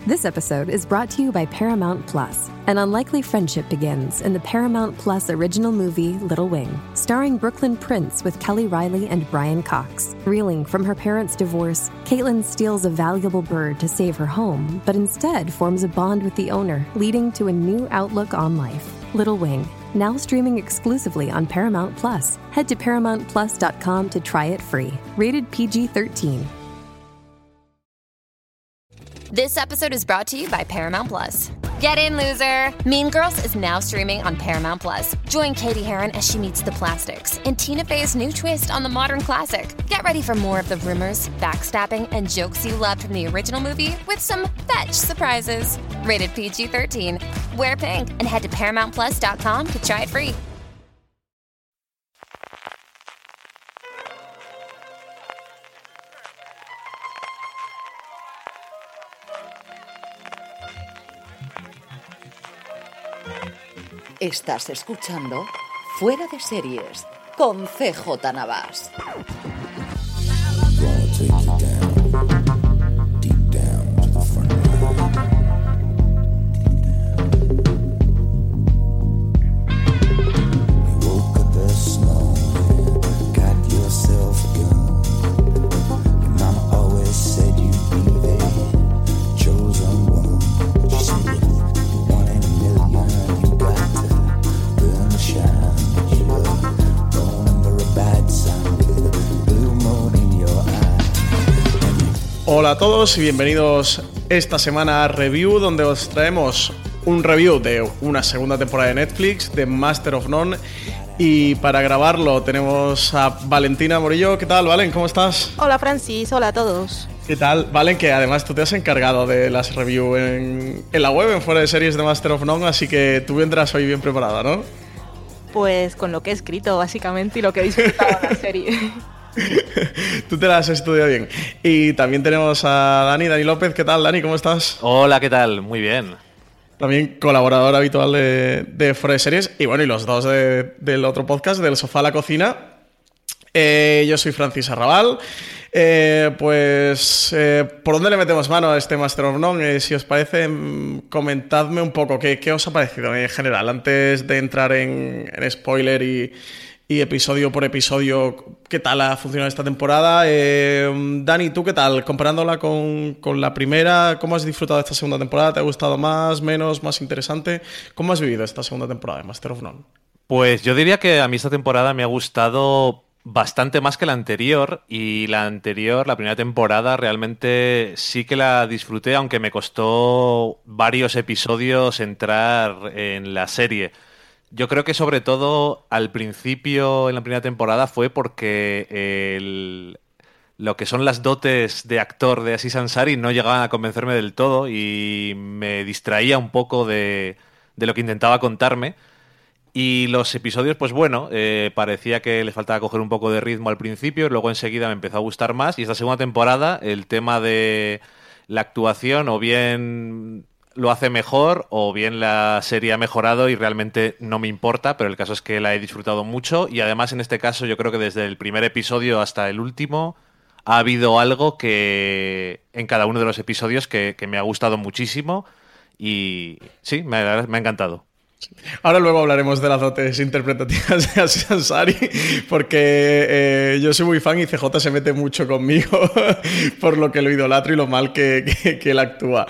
This episode is brought to you by Paramount Plus. An unlikely friendship begins in the Paramount Plus original movie Little Wing, starring Brooklyn Prince with Kelly Riley and Brian Cox. Reeling from her parents' divorce, Caitlin steals a valuable bird to save her home, but instead forms a bond with the owner, leading to a new outlook on life. Little Wing, now streaming exclusively on Paramount Plus. Head to ParamountPlus.com to try it free. Rated PG-13. This episode is brought to you by Paramount Plus. Get in, loser! Mean Girls is now streaming on Paramount Plus. Join Katie Heron as she meets the plastics in Tina Fey's new twist on the modern classic. Get ready for more of the rumors, backstabbing, and jokes you loved from the original movie with some fetch surprises. Rated PG-13. Wear pink and head to ParamountPlus.com to try it free. Estás escuchando Fuera de Series con CJ Navas. Hola a todos y bienvenidos esta semana a Review, donde os traemos un review de una segunda temporada de Netflix, de Master of None. Y para grabarlo tenemos a Valentina Morillo. ¿Qué tal, Valen? ¿Cómo estás? Hola, Francis. Hola a todos. ¿Qué tal? Valen, que además tú te has encargado de las reviews en la web, en Fuera de Series de Master of None, así que tú vendrás hoy bien preparada, ¿no? Pues con lo que he escrito, básicamente, y lo que he disfrutado de la serie. Tú te las has estudiado bien. Y también tenemos a Dani López. ¿Qué tal, Dani? ¿Cómo estás? Hola, ¿qué tal? Muy bien. También colaborador habitual de Fuera de Series. Y bueno, y los dos del otro podcast, del Sofá a la Cocina. Yo soy Francis Arrabal. ¿Por dónde le metemos mano a este Master of None? Si os parece, comentadme un poco qué os ha parecido en general, antes de entrar en spoiler y episodio por episodio, ¿qué tal ha funcionado esta temporada? Dani, ¿tú qué tal? Comparándola con la primera, ¿cómo has disfrutado de esta segunda temporada? ¿Te ha gustado más, menos, más interesante? ¿Cómo has vivido esta segunda temporada de Master of None? Pues yo diría que a mí esta temporada me ha gustado bastante más que la anterior, y la primera temporada, realmente sí que la disfruté, aunque me costó varios episodios entrar en la serie. Yo creo que sobre todo al principio, en la primera temporada, fue porque lo que son las dotes de actor de Aziz Ansari no llegaban a convencerme del todo y me distraía un poco de lo que intentaba contarme. Y los episodios, pues bueno, parecía que le faltaba coger un poco de ritmo al principio y luego enseguida me empezó a gustar más. Y esta segunda temporada, el tema de la actuación, o bien lo hace mejor o bien la serie ha mejorado y realmente no me importa, pero el caso es que la he disfrutado mucho. Y además, en este caso, yo creo que desde el primer episodio hasta el último ha habido algo que en cada uno de los episodios que me ha gustado muchísimo y sí, me ha encantado. Ahora luego hablaremos de las dotes interpretativas de Aziz Ansari, porque yo soy muy fan y CJ se mete mucho conmigo por lo que lo idolatro y lo mal que él actúa.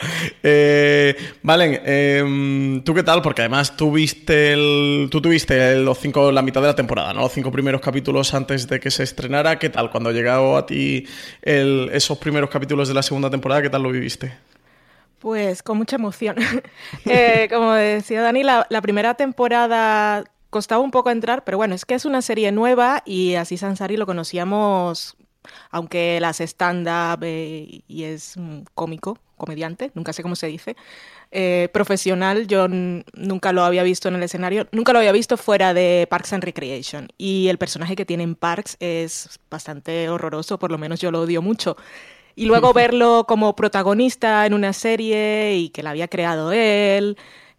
Valen, ¿tú qué tal? Porque además tú tuviste la mitad de la temporada, ¿no? Los 5 primeros capítulos antes de que se estrenara. ¿Qué tal? Cuando llegó a ti esos primeros capítulos de la segunda temporada, ¿qué tal lo viviste? Pues con mucha emoción. Como decía Dani, la primera temporada costaba un poco entrar, pero bueno, es que es una serie nueva y Aziz Ansari lo conocíamos, aunque él hace stand-up y es comediante, nunca sé cómo se dice, profesional. Yo nunca lo había visto en el escenario, nunca lo había visto fuera de Parks and Recreation. Y el personaje que tiene en Parks es bastante horroroso, por lo menos yo lo odio mucho. Y luego verlo como protagonista en una serie y que la había creado él,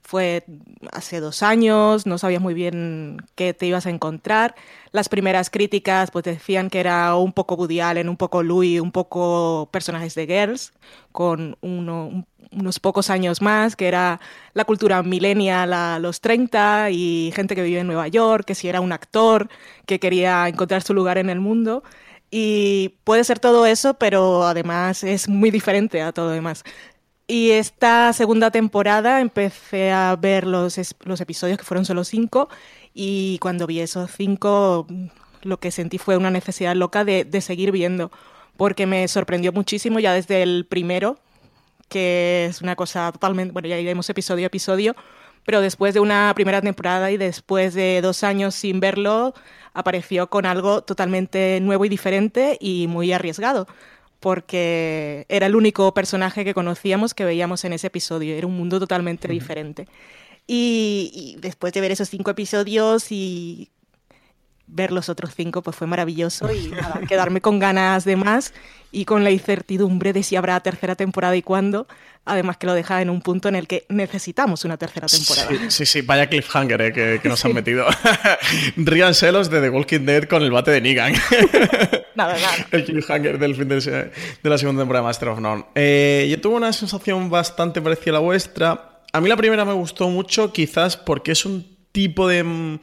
fue hace 2 años, no sabías muy bien qué te ibas a encontrar. Las primeras críticas pues decían que era un poco Woody Allen, un poco Louis, un poco personajes de Girls, con unos pocos años más, que era la cultura millennial a los 30 y gente que vive en Nueva York, que si era un actor que quería encontrar su lugar en el mundo. Y puede ser todo eso, pero además es muy diferente a todo lo demás. Y esta segunda temporada empecé a ver los episodios, que fueron solo 5, y cuando vi esos 5 lo que sentí fue una necesidad loca de seguir viendo, porque me sorprendió muchísimo ya desde el primero, que es una cosa totalmente... Bueno, ya iremos episodio a episodio, pero después de una primera temporada y después de 2 años sin verlo, apareció con algo totalmente nuevo y diferente y muy arriesgado, porque era el único personaje que conocíamos que veíamos en ese episodio. Era un mundo totalmente diferente. Y después de ver esos 5 episodios y ver los otros 5, pues fue maravilloso y nada, quedarme con ganas de más y con la incertidumbre de si habrá tercera temporada y cuándo. Además que lo deja en un punto en el que necesitamos una tercera temporada. Sí, vaya cliffhanger que nos han metido. Ríanse los de The Walking Dead con el bate de Negan. Nada. El cliffhanger del fin de la segunda temporada de Master of None. Yo tuve una sensación bastante parecida a la vuestra. A mí la primera me gustó mucho, quizás porque es un tipo de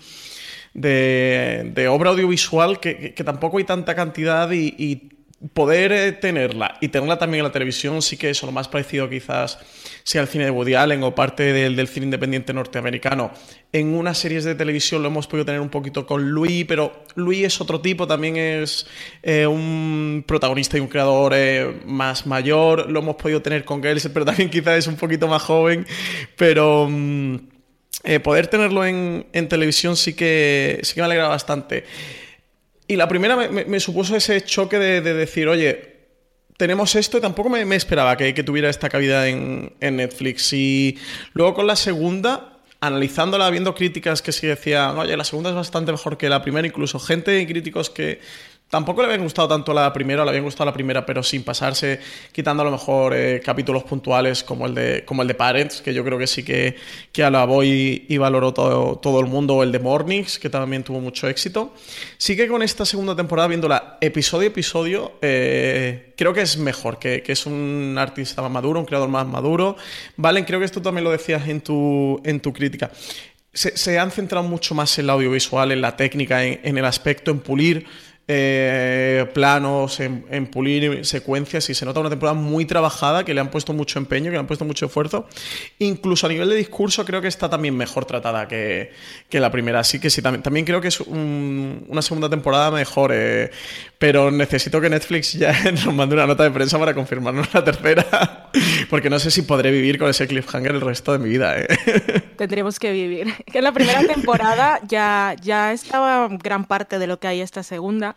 obra audiovisual que tampoco hay tanta cantidad y poder tenerla y tenerla también en la televisión, sí que eso, lo más parecido quizás sea el cine de Woody Allen o parte del cine independiente norteamericano. En unas series de televisión lo hemos podido tener un poquito con Louis, pero Louis es otro tipo, también es un protagonista y un creador más mayor. Lo hemos podido tener con Girls, pero también quizás es un poquito más joven, pero... poder tenerlo en televisión sí que me alegra bastante. Y la primera me supuso ese choque de decir, oye, tenemos esto, y tampoco me esperaba que tuviera esta cabida en Netflix. Y luego con la segunda, analizándola, viendo críticas que sí decían, oye, la segunda es bastante mejor que la primera, incluso gente y críticos que tampoco le habían gustado tanto la primera, le habían gustado la primera, pero sin pasarse, quitando a lo mejor capítulos puntuales como el de Parents, que yo creo que sí que alabó y valoró todo el mundo, o el de Mornings, que también tuvo mucho éxito. Sí que con esta segunda temporada, viéndola episodio a episodio, creo que es mejor, que es un artista más maduro, un creador más maduro. Valen, creo que esto también lo decías en tu crítica. Se han centrado mucho más en el audiovisual, en la técnica, en el aspecto, en pulir planos, en pulir secuencias, y se nota una temporada muy trabajada, que le han puesto mucho empeño, que le han puesto mucho esfuerzo. Incluso a nivel de discurso creo que está también mejor tratada que la primera, así que sí, también creo que es una segunda temporada mejor, pero necesito que Netflix ya nos mande una nota de prensa para confirmarnos la tercera, porque no sé si podré vivir con ese cliffhanger el resto de mi vida. Tendremos que vivir. Que en la primera temporada ya estaba gran parte de lo que hay esta segunda,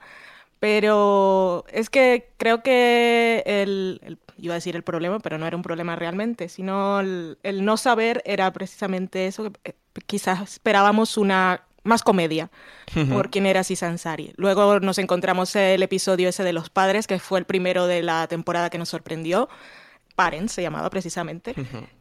pero es que creo que iba a decir el problema, pero no era un problema realmente, sino el no saber era precisamente eso, que quizás esperábamos una más comedia por quién era Aziz Ansari. Luego nos encontramos el episodio ese de los padres, que fue el primero de la temporada que nos sorprendió. Parents se llamaba precisamente.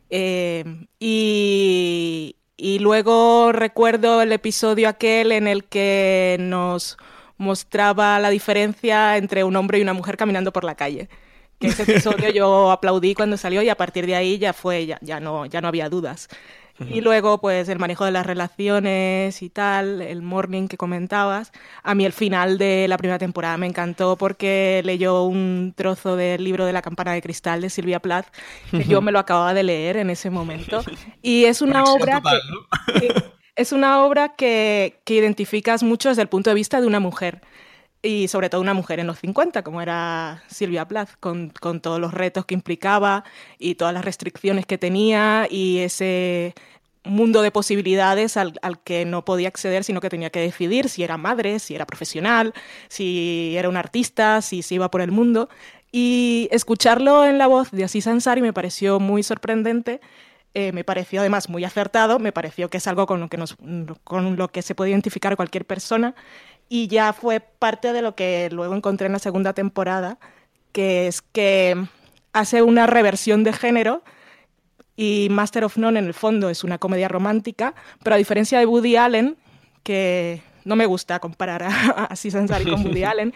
Y luego recuerdo el episodio aquel en el que nos mostraba la diferencia entre un hombre y una mujer caminando por la calle. Que ese episodio yo aplaudí cuando salió, y a partir de ahí ya no había dudas. Y luego, pues, el manejo de las relaciones y tal, el morning que comentabas. A mí el final de la primera temporada me encantó porque leyó un trozo del libro de La campana de cristal de Sylvia Plath, que yo me lo acababa de leer en ese momento. Y es una obra total, ¿no? Es una obra que identificas mucho desde el punto de vista de una mujer. Y sobre todo una mujer en los 50, como era Sylvia Plath, con todos los retos que implicaba y todas las restricciones que tenía, y ese mundo de posibilidades al que no podía acceder, sino que tenía que decidir si era madre, si era profesional, si era un artista, si se iba por el mundo. Y escucharlo en la voz de Aziz Ansari me pareció muy sorprendente. Me pareció además muy acertado, me pareció que es algo con lo que se puede identificar cualquier persona, y ya fue parte de lo que luego encontré en la segunda temporada, que es que hace una reversión de género Y Master of None, en el fondo, es una comedia romántica, pero a diferencia de Woody Allen, que no me gusta comparar a Aziz Ansari con Woody Allen,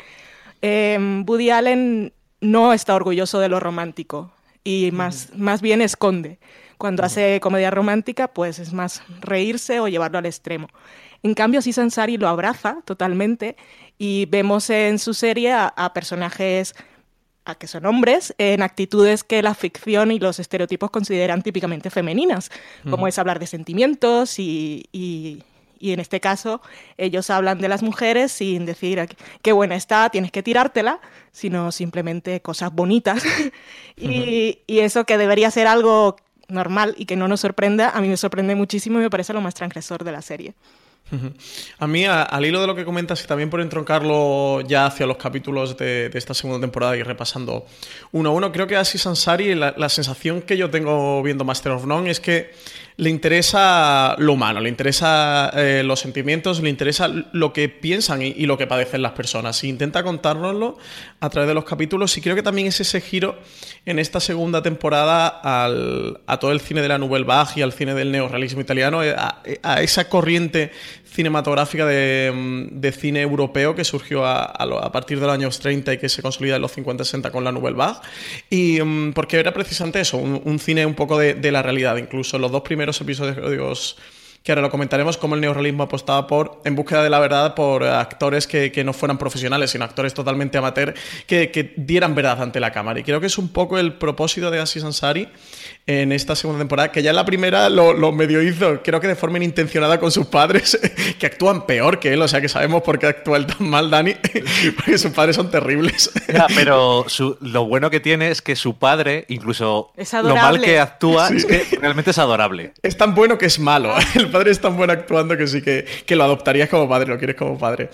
Woody Allen no está orgulloso de lo romántico y más bien esconde. Cuando hace comedia romántica, pues es más reírse o llevarlo al extremo. En cambio, Aziz Ansari lo abraza totalmente y vemos en su serie a personajes que son hombres en actitudes que la ficción y los estereotipos consideran típicamente femeninas, como es hablar de sentimientos y en este caso ellos hablan de las mujeres sin decir qué buena está, tienes que tirártela, sino simplemente cosas bonitas. Y eso que debería ser algo normal y que no nos sorprenda, a mí me sorprende muchísimo y me parece lo más transgresor de la serie. A mí, al hilo de lo que comentas y también por entroncarlo ya hacia los capítulos de esta segunda temporada y repasando uno a uno, creo que a Aziz Ansari la sensación que yo tengo viendo Master of None es que le interesa lo humano, le interesa los sentimientos, le interesa lo que piensan y lo que padecen las personas. Y intenta contárnoslo a través de los capítulos, y creo que también es ese giro en esta segunda temporada a todo el cine de la Nouvelle Vague y al cine del neorrealismo italiano, a esa corriente cinematográfica de cine europeo que surgió a partir de los años 30 y que se consolida en los 50-60 con la Nouvelle Vague, y porque era precisamente eso, un cine un poco de la realidad. Incluso en los dos primeros episodios, que ahora lo comentaremos, cómo el neorrealismo apostaba en búsqueda de la verdad, por actores que no fueran profesionales, sino actores totalmente amateur, que dieran verdad ante la cámara. Y creo que es un poco el propósito de Aziz Ansari en esta segunda temporada, que ya en la primera lo medio hizo, creo que de forma inintencionada, con sus padres, que actúan peor que él, o sea que sabemos por qué actúa él tan mal, Dani, porque sus padres son terribles. Ya, pero lo bueno que tiene es que su padre, incluso es lo mal que actúa, sí, es que realmente es adorable. Es tan bueno que es malo. El padre es tan bueno actuando que sí que lo adoptarías como padre, lo quieres como padre.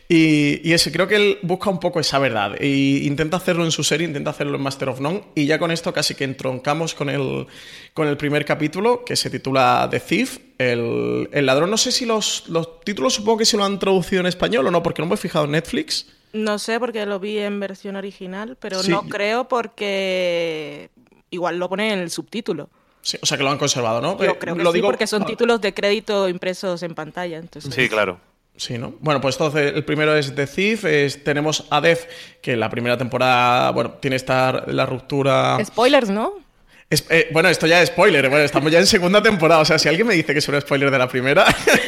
Y eso, creo que él busca un poco esa verdad e intenta hacerlo en su serie, intenta hacerlo en Master of None, y ya con esto casi que entroncamos con el primer capítulo, que se titula The Thief, el ladrón. No sé si los títulos, supongo que se lo han traducido en español o no, porque no me he fijado en Netflix. No sé, porque lo vi en versión original, pero sí, no creo, porque igual lo ponen en el subtítulo. Sí, o sea que lo han conservado, ¿no? Yo creo que sí, porque son títulos de crédito impresos en pantalla. Entonces... Sí, claro. Sí, ¿no? Bueno, pues entonces el primero es The Thief, tenemos a Death, que en la primera temporada, bueno, tiene la ruptura... Spoilers, ¿no? Bueno, esto ya es spoiler, bueno, estamos ya en segunda temporada, o sea, si alguien me dice que es un spoiler de la primera,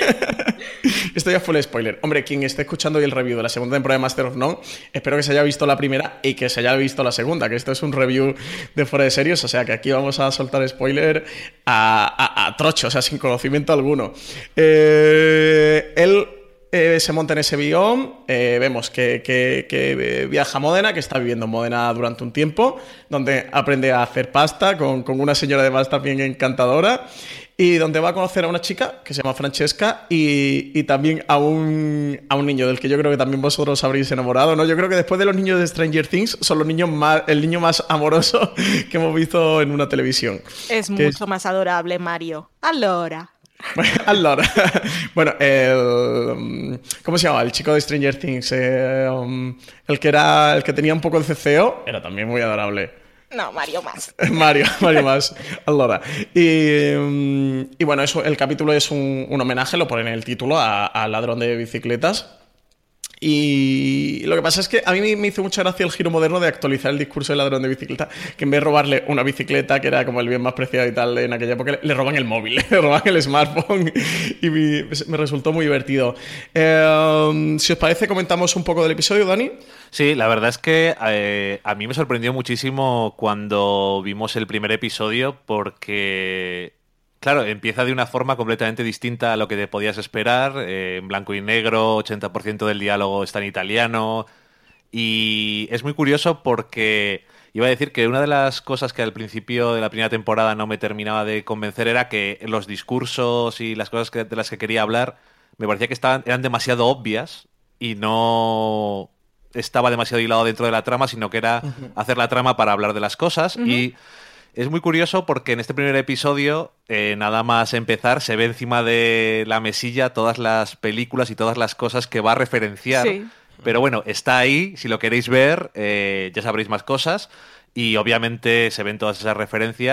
esto ya fue el spoiler. Hombre, quien esté escuchando hoy el review de la segunda temporada de Master of None, espero que se haya visto la primera y que se haya visto la segunda, que esto es un review de Fuera de Series, o sea, que aquí vamos a soltar spoiler a trocho, o sea, sin conocimiento alguno. Él se monta en ese avión, vemos que viaja a Módena, que está viviendo en Módena durante un tiempo, donde aprende a hacer pasta con una señora además también encantadora, y donde va a conocer a una chica que se llama Francesca y también a un niño del que yo creo que también vosotros habréis enamorado, ¿no? Yo creo que después de los niños de Stranger Things son los niños el niño más amoroso que hemos visto en una televisión. Es mucho más adorable, Mario. Allora. Bueno, ¿cómo se llama? El chico de Stranger Things, el que tenía un poco de CCO, era también muy adorable. No, Mario más. Mario más. Allora. Y bueno, eso, el capítulo es un homenaje, lo ponen en el título, al ladrón de bicicletas. Y lo que pasa es que a mí me hizo mucha gracia el giro moderno de actualizar el discurso del ladrón de bicicleta, que en vez de robarle una bicicleta, que era como el bien más preciado y tal en aquella época, le roban el móvil, le roban el smartphone, y me resultó muy divertido. Si os parece, comentamos un poco del episodio, Dani. Sí, la verdad es que a mí me sorprendió muchísimo cuando vimos el primer episodio, porque... Claro, empieza de una forma completamente distinta a lo que te podías esperar, en blanco y negro, 80% del diálogo está en italiano, y es muy curioso porque iba a decir que una de las cosas que al principio de la primera temporada no me terminaba de convencer era que los discursos y las cosas de las que quería hablar me parecía que eran demasiado obvias y no estaba demasiado hilado dentro de la trama, sino que era hacer la trama para hablar de las cosas. Y es muy curioso porque en este primer episodio, nada más empezar, se ve encima de la mesilla todas las películas y todas las cosas que va a referenciar. Sí. Pero bueno, está ahí, si lo queréis ver, ya sabréis más cosas. Y obviamente se ven todas esas referencias,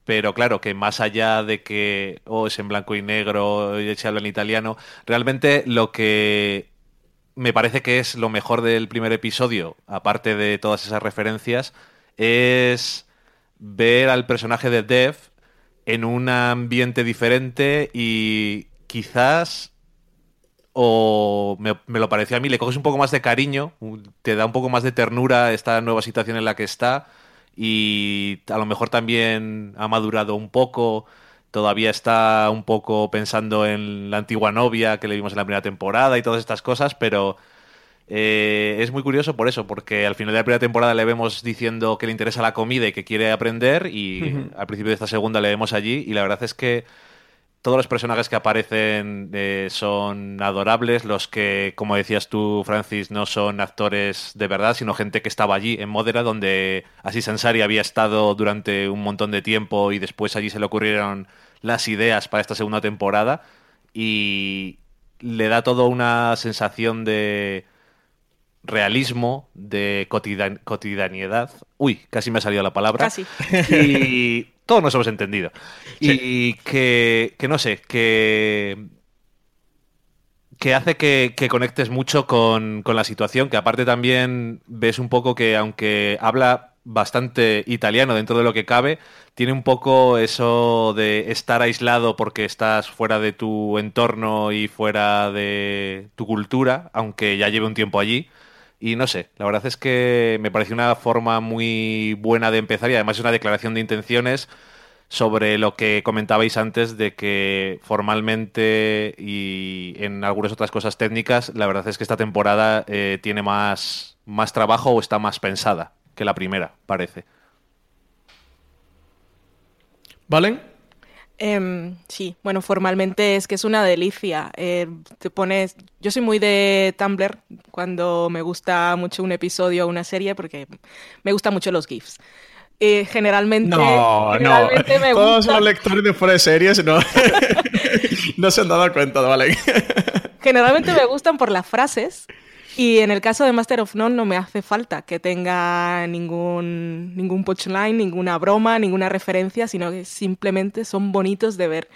pero claro, que más allá de que es en blanco y negro y se habla en italiano, realmente lo que me parece que es lo mejor del primer episodio, aparte de todas esas referencias, es ver al personaje de Dev en un ambiente diferente y quizás, o me lo pareció a mí, le coges un poco más de cariño, te da un poco más de ternura esta nueva situación en la que está y a lo mejor también ha madurado un poco, todavía está un poco pensando en la antigua novia que le vimos en la primera temporada y todas estas cosas, pero es muy curioso por eso, porque al final de la primera temporada le vemos diciendo que le interesa la comida y que quiere aprender y al principio de esta segunda le vemos allí y la verdad es que todos los personajes que aparecen son adorables, los que, como decías tú, Francis, no son actores de verdad, sino gente que estaba allí en Modera, donde Aziz Ansari había estado durante un montón de tiempo y después allí se le ocurrieron las ideas para esta segunda temporada y le da todo una sensación de realismo, de cotidianidad. Uy, casi me ha salido la palabra. Casi. Y todos nos hemos entendido. Sí. Y que no sé, que hace que conectes mucho con la situación, que aparte también ves un poco que aunque habla bastante italiano dentro de lo que cabe, tiene un poco eso de estar aislado porque estás fuera de tu entorno y fuera de tu cultura, aunque ya lleve un tiempo allí. Y no sé, la verdad es que me pareció una forma muy buena de empezar y además es una declaración de intenciones sobre lo que comentabais antes de que formalmente y en algunas otras cosas técnicas, la verdad es que esta temporada tiene más trabajo o está más pensada que la primera, parece. ¿Valen? Sí, bueno, formalmente es que es una delicia. Te pones... Yo soy muy de Tumblr cuando me gusta mucho un episodio o una serie porque me gustan mucho los GIFs. Generalmente me todos gustan... los lectores de fuera de series no se han dado cuenta, ¿vale? Generalmente me gustan por las frases. Y en el caso de Master of None no me hace falta que tenga ningún punchline, ninguna broma, ninguna referencia, sino que simplemente son bonitos de ver.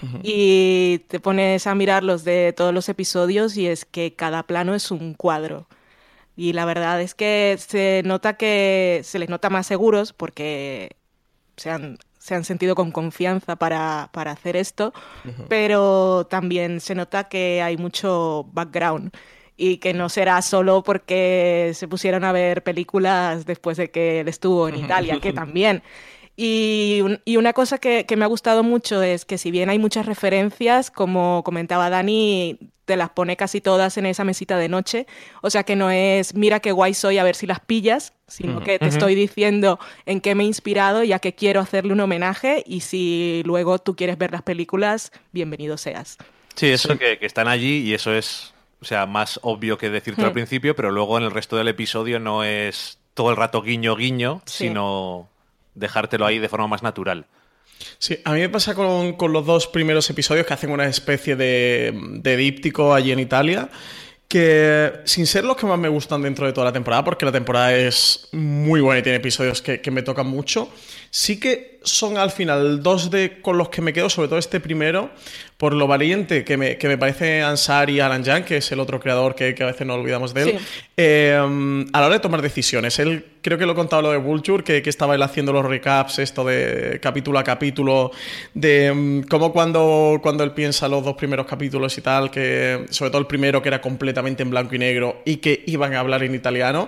Y te pones a mirar los de todos los episodios y es que cada plano es un cuadro. Y la verdad es que se les nota más seguros porque se han sentido con confianza para hacer esto, pero también se nota que hay mucho background. Y que no será solo porque se pusieron a ver películas después de que él estuvo en Italia, que también. Y una cosa que me ha gustado mucho es que si bien hay muchas referencias, como comentaba Dani, te las pone casi todas en esa mesita de noche. O sea que no es, mira qué guay soy, a ver si las pillas, sino que te estoy diciendo en qué me he inspirado y a qué quiero hacerle un homenaje. Y si luego tú quieres ver las películas, bienvenido seas. Sí, eso que están allí y eso es... O sea, más obvio que decirte al principio, pero luego en el resto del episodio no es todo el rato guiño, sino dejártelo ahí de forma más natural. Sí, a mí me pasa con los dos primeros episodios que hacen una especie de díptico allí en Italia, que sin ser los que más me gustan dentro de toda la temporada, porque la temporada es muy buena y tiene episodios que me tocan mucho, sí que son al final dos con los que me quedo, sobre todo este primero, por lo valiente que me parece Ansari y Alan Yang, que es el otro creador que a veces nos olvidamos de él, a la hora de tomar decisiones. Él, creo que lo he contado lo de Vulture, que estaba él haciendo los recaps, esto de capítulo a capítulo, de cómo cuando él piensa los dos primeros capítulos y tal, que sobre todo el primero que era completamente en blanco y negro y que iban a hablar en italiano,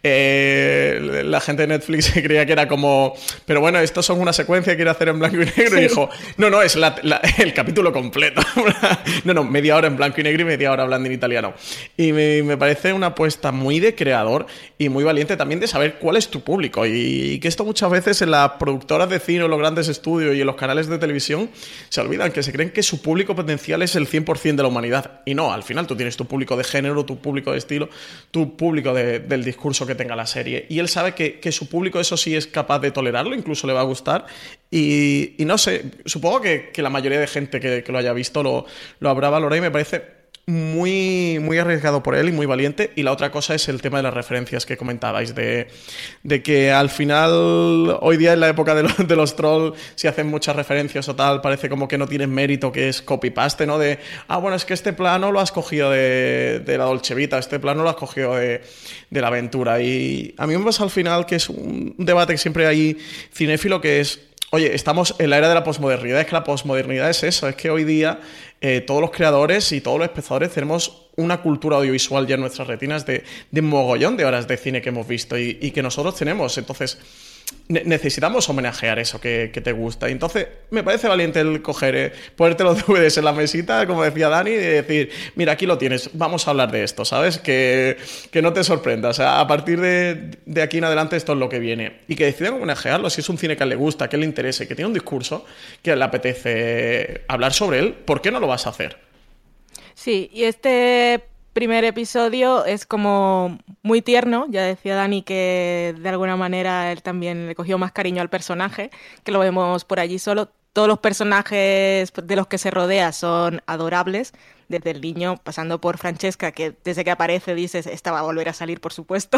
la gente de Netflix se creía que era como, pero bueno, estos son una secuencia que quiere hacer en blanco y negro, y dijo, no, es el capítulo completo. No, media hora en blanco y negro y media hora hablando en italiano. Y me parece una apuesta muy de creador y muy valiente también de saber cuál es tu público, y que esto muchas veces en las productoras de cine o los grandes estudios y en los canales de televisión se olvidan, que se creen que su público potencial es el 100% de la humanidad, y no, al final tú tienes tu público de género, tu público de estilo, tu público del discurso que tenga la serie, y él sabe que su público eso sí es capaz de tolerarlo, incluso le va a gustar, y no sé, supongo que la mayoría de gente que lo haya visto lo habrá valorado, y me parece muy, muy arriesgado por él y muy valiente. Y la otra cosa es el tema de las referencias que comentabais, de que al final, hoy día en la época de los trolls, si hacen muchas referencias o tal, parece como que no tienen mérito, que es copy-paste, ¿no? Bueno, es que este plano lo has cogido de la Dolce Vita, este plano lo has cogido de la aventura. Y a mí me pasa al final que es un debate que siempre hay cinéfilo, que es... Oye, estamos en la era de la posmodernidad. Es que la posmodernidad es eso. Es que hoy día todos los creadores y todos los espectadores tenemos una cultura audiovisual ya en nuestras retinas de mogollón de horas de cine que hemos visto y que nosotros tenemos. Entonces, necesitamos homenajear eso que te gusta. Y entonces, me parece valiente el coger, ponerte los DVDs en la mesita, como decía Dani, y decir, mira, aquí lo tienes, vamos a hablar de esto, ¿sabes? Que no te sorprenda. O sea, a partir de aquí en adelante esto es lo que viene. Y que decidan homenajearlo. Si es un cine que a él le gusta, que le interese, que tiene un discurso, que le apetece hablar sobre él, ¿por qué no lo vas a hacer? Sí, y este primer episodio es como muy tierno. Ya decía Dani que de alguna manera él también le cogió más cariño al personaje, que lo vemos por allí solo. Todos los personajes de los que se rodea son adorables, desde el niño, pasando por Francesca, que desde que aparece dices, esta va a volver a salir, por supuesto.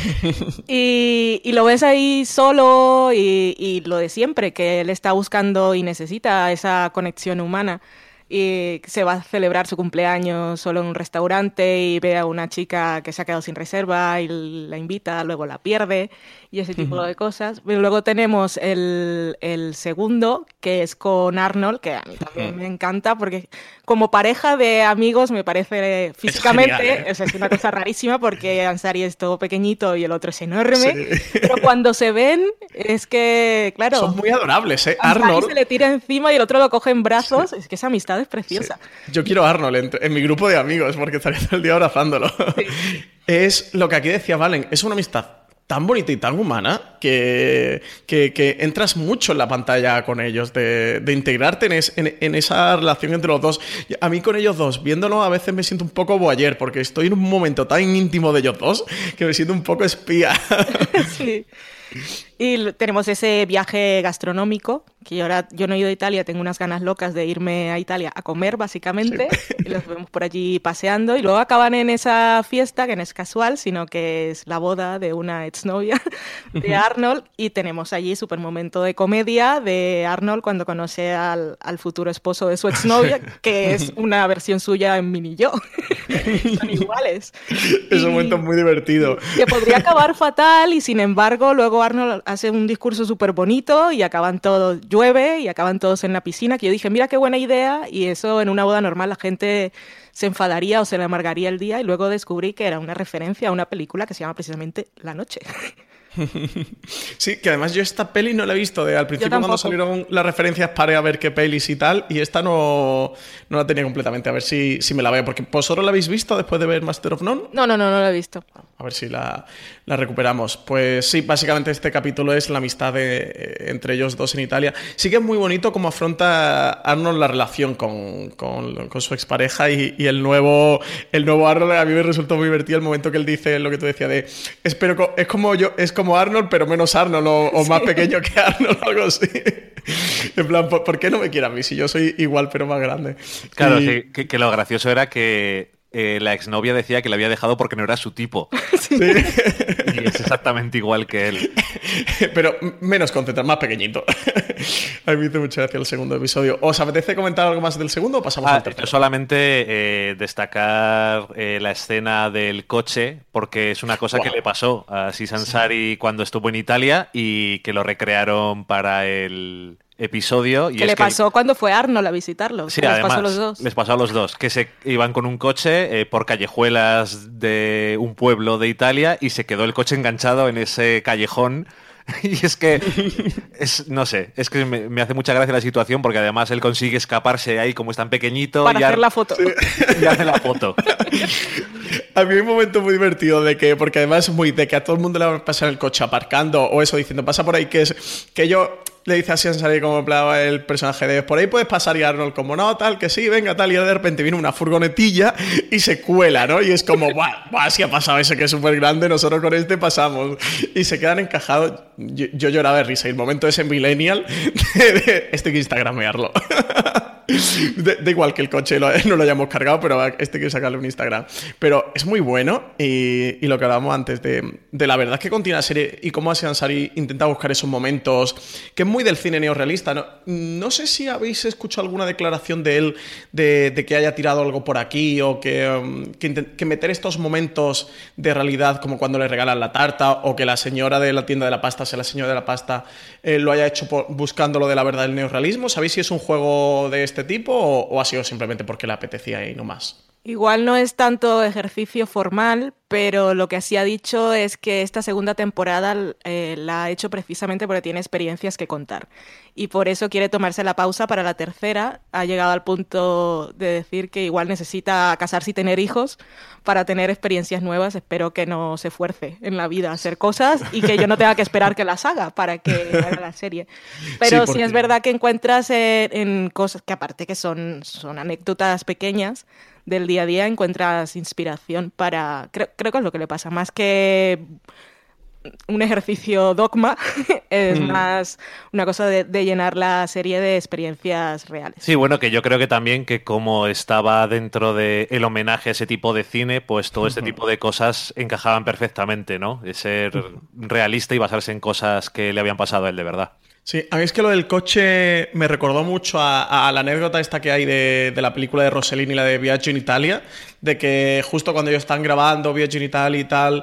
y lo ves ahí solo y lo de siempre, que él está buscando y necesita esa conexión humana. Y se va a celebrar su cumpleaños solo en un restaurante y ve a una chica que se ha quedado sin reserva y la invita, luego la pierde y ese tipo de cosas. Pero luego tenemos el segundo, que es con Arnold, que a mí también me encanta porque como pareja de amigos me parece físicamente, es genial, ¿eh? Es una cosa rarísima porque Ansari es todo pequeñito y el otro es enorme, pero cuando se ven es que, claro... Son muy adorables, ¿eh? Ansari Arnold se le tira encima y el otro lo coge en brazos, es que esa amistad es preciosa. Sí. Yo quiero a Arnold en mi grupo de amigos porque estaría todo el día abrazándolo. Sí. Es lo que aquí decía Valen, es una amistad tan bonita y tan humana que entras mucho en la pantalla con ellos, de integrarte en esa relación entre los dos. A mí con ellos dos, viéndolo, a veces me siento un poco voyeur porque estoy en un momento tan íntimo de ellos dos que me siento un poco espía. Sí. Y tenemos ese viaje gastronómico, que yo no he ido a Italia, tengo unas ganas locas de irme a Italia a comer, básicamente, sí. Y los vemos por allí paseando, y luego acaban en esa fiesta, que no es casual, sino que es la boda de una exnovia de Arnold, y tenemos allí súper momento de comedia de Arnold cuando conoce al futuro esposo de su exnovia, que es una versión suya en mini yo. Son iguales. Es un momento muy divertido. Que podría acabar fatal, y sin embargo, luego Arnold hace un discurso súper bonito y acaban todos, llueve y acaban todos en la piscina, que yo dije, mira qué buena idea, y eso en una boda normal la gente se enfadaría o se le amargaría el día, y luego descubrí que era una referencia a una película que se llama precisamente La Noche. Sí, que además yo esta peli no la he visto. Al principio cuando salieron las referencias paré a ver qué pelis y tal, y esta no la tenía completamente. A ver si me la veo, porque ¿vosotros la habéis visto después de ver Master of None? No la he visto. A ver si la recuperamos. Pues sí, básicamente este capítulo es la amistad entre ellos dos en Italia. Sí que es muy bonito cómo afronta Arnold la relación con su expareja y el nuevo Arnold. A mí me resultó muy divertido el momento que él dice lo que tú decías de espero, es como Arnold, pero menos Arnold o sí. Más pequeño que Arnold o algo así. En plan, ¿por qué no me quiere a mí si yo soy igual pero más grande? Claro, sí, que lo gracioso era que la exnovia decía que le había dejado porque no era su tipo. Sí. Y es exactamente igual que él. Pero menos concentrado, más pequeñito. A mí me hizo mucha gracia el segundo episodio. ¿Os apetece comentar algo más del segundo o pasamos al tercero? Yo solamente destacar la escena del coche, porque es una cosa que le pasó a Aziz Ansari cuando estuvo en Italia y que lo recrearon para el episodio. Que le pasó cuando fue Arnold a visitarlo. Sí, les además, pasó a los dos. Les pasó a los dos, que se iban con un coche por callejuelas de un pueblo de Italia y se quedó el coche enganchado en ese callejón. Y es que, no sé, es que me hace mucha gracia la situación porque además él consigue escaparse ahí como es tan pequeñito. Para hacer la foto. Sí. Y hace la foto. A mí hay un momento muy divertido porque además es muy de que a todo el mundo le va a pasar el coche aparcando o eso diciendo, pasa por ahí, que yo le dice así a Ansari como hablaba el personaje de por ahí puedes pasar y Arnold como no, tal, que sí, venga, tal, y de repente viene una furgonetilla y se cuela, ¿no? Y es como, ¡buah, si ha pasado ese que es súper grande, nosotros con este pasamos! Y se quedan encajados. Yo lloraba de risa y el momento ese millennial de esto hay que instagramearlo. Da igual que el coche no lo hayamos cargado, pero este quiero sacarle un Instagram. Pero es muy bueno y lo que hablábamos antes de la verdad que contiene la serie y cómo Aziz Ansari intenta buscar esos momentos, que es muy del cine neorrealista. No sé si habéis escuchado alguna declaración de él de que haya tirado algo por aquí o que meter estos momentos de realidad como cuando le regalan la tarta o que la señora de la tienda de la pasta sea la señora de la pasta, lo haya hecho buscando lo de la verdad del neorrealismo. ¿Sabéis si es un juego de este tipo o ha sido simplemente porque le apetecía y no más? Igual no es tanto ejercicio formal, pero lo que sí ha dicho es que esta segunda temporada la ha hecho precisamente porque tiene experiencias que contar. Y por eso quiere tomarse la pausa para la tercera. Ha llegado al punto de decir que igual necesita casarse y tener hijos para tener experiencias nuevas. Espero que no se esfuerce en la vida a hacer cosas y que yo no tenga que esperar que las haga para que haga la serie. Pero sí es verdad que encuentras en cosas que aparte que son anécdotas pequeñas del día a día, encuentras inspiración para... Creo que es lo que le pasa, más que un ejercicio dogma, es más una cosa de llenar la serie de experiencias reales. Sí, bueno, que yo creo que también que como estaba dentro del homenaje a ese tipo de cine, pues todo este tipo de cosas encajaban perfectamente, ¿no? De ser realista y basarse en cosas que le habían pasado a él de verdad. Sí, a mí es que lo del coche me recordó mucho a la anécdota esta que hay de la película de Rossellini, la de Viaggio in Italia, de que justo cuando ellos están grabando Viaggio in Italia y tal,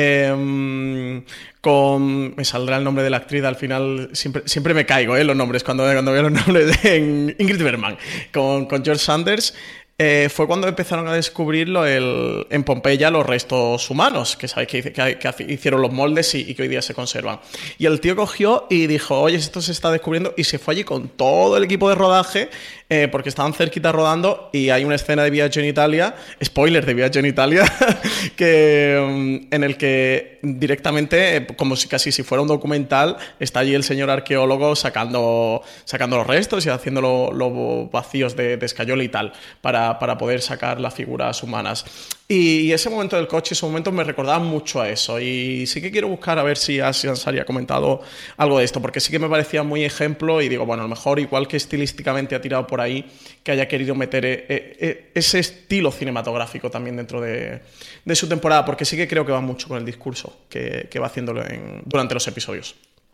me saldrá el nombre de la actriz, al final siempre me caigo los nombres cuando veo los nombres de Ingrid Bergman, con George Sanders. Fue cuando empezaron a descubrirlo en Pompeya los restos humanos, que sabéis que hicieron los moldes y que hoy día se conservan. Y el tío cogió y dijo, oye, esto se está descubriendo, y se fue allí con todo el equipo de rodaje, porque estaban cerquita rodando, y hay una escena de Viaggio in Italia, spoiler de Viaggio in Italia, en el que directamente, como casi si fuera un documental, está allí el señor arqueólogo sacando los restos y haciendo los vacíos de escayola y tal, para poder sacar las figuras humanas. Y ese momento del coche, esos momentos me recordaban mucho a eso. Y sí que quiero buscar a ver si Aziz Ansari ha comentado algo de esto, porque sí que me parecía muy ejemplo y digo, bueno, a lo mejor igual que estilísticamente ha tirado por ahí, que haya querido meter ese estilo cinematográfico también dentro de su temporada, porque sí que creo que va mucho con el discurso que va haciéndolo durante los episodios.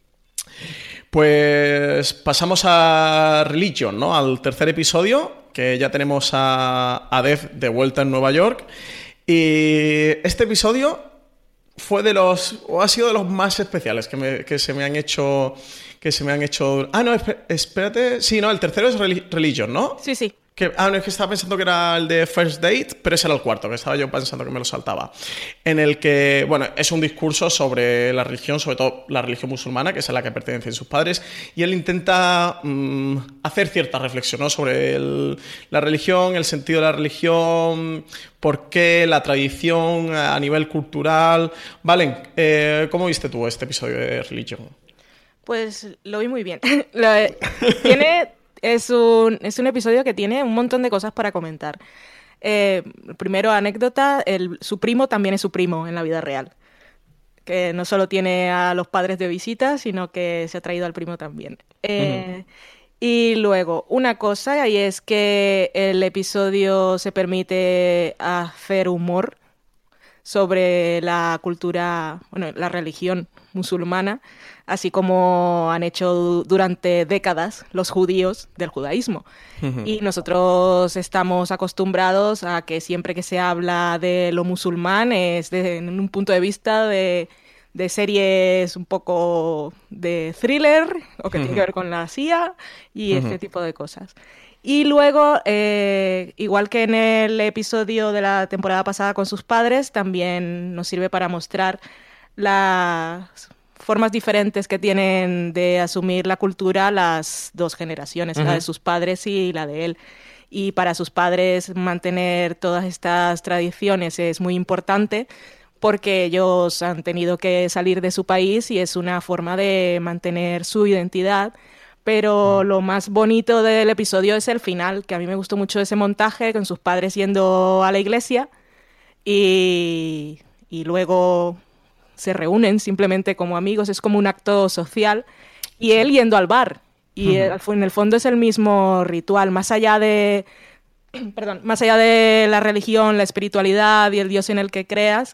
Pues pasamos a Religion, ¿no? Al tercer episodio, que ya tenemos a Dev de vuelta en Nueva York. Y este episodio ha sido de los más especiales que se me han hecho. Ah, no, espérate. Sí, no, el tercero es Religion, ¿no? Sí. No, es que estaba pensando que era el de First Date, pero ese era el cuarto, que estaba yo pensando que me lo saltaba. En el que, bueno, es un discurso sobre la religión, sobre todo la religión musulmana, que es a la que pertenecen sus padres, y él intenta hacer cierta reflexión, ¿no? Sobre la religión, el sentido de la religión, por qué, la tradición a nivel cultural. Valen, ¿cómo viste tú este episodio de Religion? Pues lo vi muy bien. Es un episodio que tiene un montón de cosas para comentar. Primero, anécdota, su primo también es su primo en la vida real. Que no solo tiene a los padres de visita, sino que se ha traído al primo también. Y luego, una cosa, y es que el episodio se permite hacer humor sobre la cultura, bueno, la religión musulmana, así como han hecho durante décadas los judíos del judaísmo. Y nosotros estamos acostumbrados a que siempre que se habla de lo musulmán es en un punto de vista de series un poco de thriller o que tiene que ver con la CIA y este tipo de cosas. Y luego, igual que en el episodio de la temporada pasada con sus padres, también nos sirve para mostrar las formas diferentes que tienen de asumir la cultura las dos generaciones, la de sus padres y la de él. Y para sus padres mantener todas estas tradiciones es muy importante porque ellos han tenido que salir de su país y es una forma de mantener su identidad. Pero lo más bonito del episodio es el final, que a mí me gustó mucho ese montaje con sus padres yendo a la iglesia y luego se reúnen simplemente como amigos, es como un acto social, y él yendo al bar Y en el fondo es el mismo ritual, más allá de la religión, la espiritualidad y el Dios en el que creas,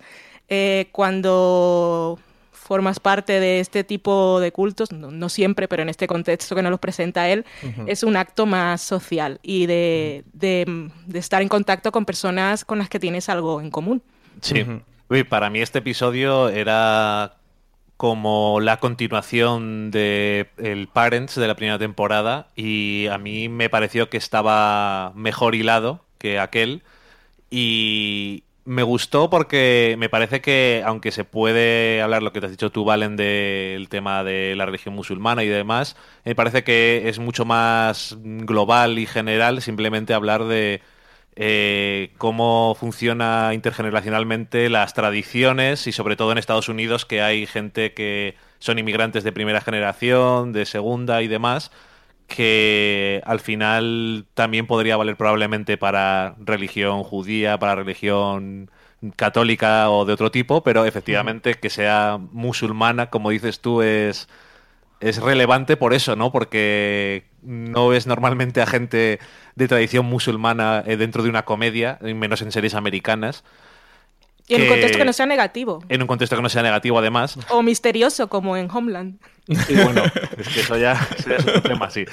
cuando formas parte de este tipo de cultos, no siempre, pero en este contexto que nos los presenta él, es un acto más social y de estar en contacto con personas con las que tienes algo en común. Sí. Uy, para mí este episodio era como la continuación de el Parents de la primera temporada, y a mí me pareció que estaba mejor hilado que aquel, y me gustó porque me parece que, aunque se puede hablar lo que te has dicho tú, Valen, del tema de la religión musulmana y demás, me parece que es mucho más global y general simplemente hablar de cómo funciona intergeneracionalmente las tradiciones, y sobre todo en Estados Unidos, que hay gente que son inmigrantes de primera generación, de segunda y demás, que al final también podría valer probablemente para religión judía, para religión católica o de otro tipo, pero efectivamente que sea musulmana, como dices tú, es relevante por eso, ¿no? Porque no ves normalmente a gente de tradición musulmana dentro de una comedia, menos en series americanas. Y en un contexto que no sea negativo. En un contexto que no sea negativo, además. O misterioso, como en Homeland. Y bueno, es que eso ya es otro tema, sí.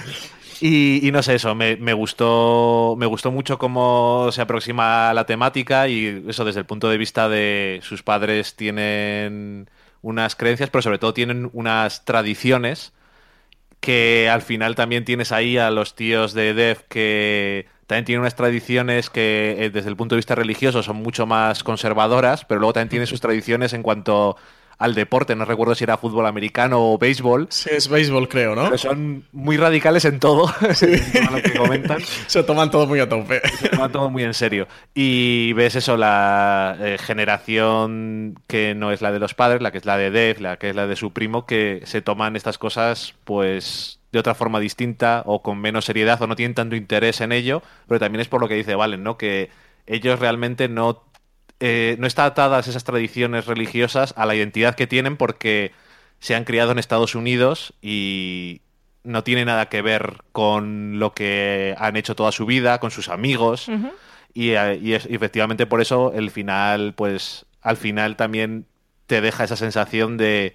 Y no sé, eso, me gustó mucho cómo se aproxima la temática, y eso desde el punto de vista de sus padres tienen unas creencias, pero sobre todo tienen unas tradiciones, que al final también tienes ahí a los tíos de Dev, que también tienen unas tradiciones que desde el punto de vista religioso son mucho más conservadoras, pero luego también tienen sus tradiciones en cuanto al deporte. No recuerdo si era fútbol americano o béisbol. Sí, es béisbol, creo, ¿no? Pero son muy radicales en todo, sí. En lo que comentan. Se toman todo muy a tope. Se toman todo muy en serio. Y ves eso, la generación que no es la de los padres, la que es la de Dev, la que es la de su primo, que se toman estas cosas pues de otra forma distinta o con menos seriedad, o no tienen tanto interés en ello, pero también es por lo que dice Valen, ¿no? Que ellos realmente no están atadas esas tradiciones religiosas a la identidad que tienen, porque se han criado en Estados Unidos y no tiene nada que ver con lo que han hecho toda su vida, con sus amigos. Y efectivamente por eso el final, pues al final también te deja esa sensación de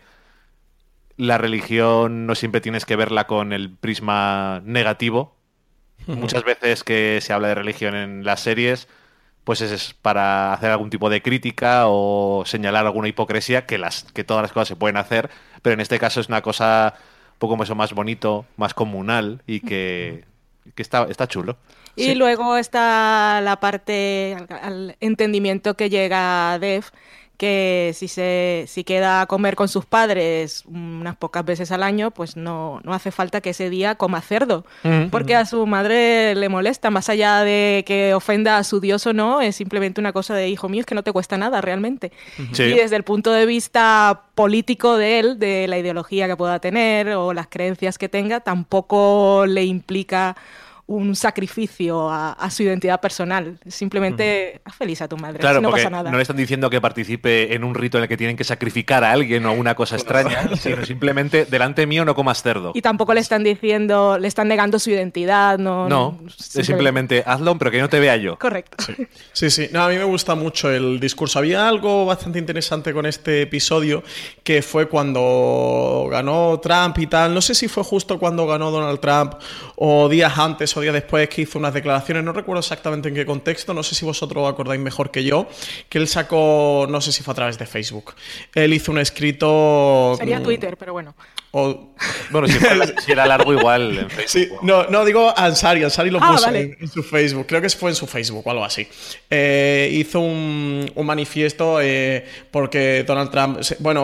la religión no siempre tienes que verla con el prisma negativo. Muchas veces que se habla de religión en las series, pues es para hacer algún tipo de crítica o señalar alguna hipocresía, que todas las cosas se pueden hacer, pero en este caso es una cosa un poco más bonito, más comunal, y que está chulo. Y Sí. luego está la parte, al entendimiento que llega Dev, que si queda a comer con sus padres unas pocas veces al año, pues no hace falta que ese día coma cerdo, porque a su madre le molesta, más allá de que ofenda a su Dios o no, es simplemente una cosa de, hijo mío, es que no te cuesta nada realmente. Sí. Y desde el punto de vista político de él, de la ideología que pueda tener o las creencias que tenga, tampoco le implica un sacrificio a su identidad personal. Simplemente haz feliz a tu madre, Claro, si no porque pasa nada. no le están diciendo que participe en un rito en el que tienen que sacrificar a alguien o una cosa extraña, sino simplemente, delante mío no comas cerdo. Y tampoco le están negando su identidad, No, es simplemente hazlo, pero que no te vea yo. Correcto. Sí. No, a mí me gusta mucho el discurso. Había algo bastante interesante con este episodio, que fue cuando ganó Trump y tal. No sé si fue justo cuando ganó Donald Trump o días antes o días después, que hizo unas declaraciones. No recuerdo exactamente en qué contexto. No sé si vosotros acordáis mejor que yo. Que él sacó, no sé si fue a través de Facebook. Él hizo un escrito... Sería Twitter, pero bueno. Bueno, si era largo igual en Facebook. Sí, no, digo Ansari lo puso vale. en su Facebook, creo que fue en su Facebook o algo así. Hizo un manifiesto porque Donald Trump,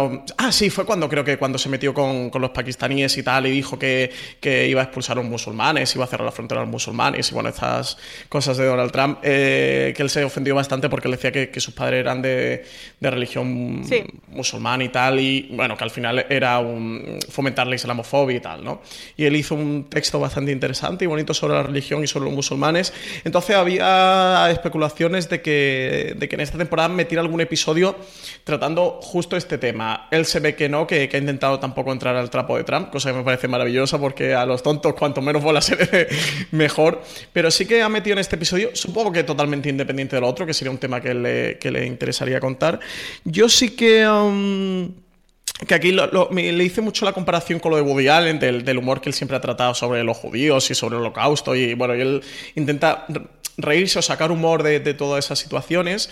sí, fue cuando se metió con los pakistaníes y tal, y dijo que iba a expulsar a los musulmanes, iba a cerrar la frontera a los musulmanes, y bueno, estas cosas de Donald Trump, que él se ofendió bastante porque él decía que sus padres eran de religión musulmana y tal, y bueno, que al final fue fomentar la islamofobia y tal, ¿no? Y él hizo un texto bastante interesante y bonito sobre la religión y sobre los musulmanes. Entonces había especulaciones de que en esta temporada metiera algún episodio tratando justo este tema. Él se ve que no, que ha intentado tampoco entrar al trapo de Trump, cosa que me parece maravillosa porque a los tontos cuanto menos bola se le dé mejor. Pero sí que ha metido en este episodio, supongo que totalmente independiente de lo otro, que sería un tema que le interesaría contar. Yo sí que aquí le hice mucho la comparación con lo de Woody Allen, del humor que él siempre ha tratado sobre los judíos y sobre el holocausto, y bueno, y él intenta reírse o sacar humor de todas esas situaciones.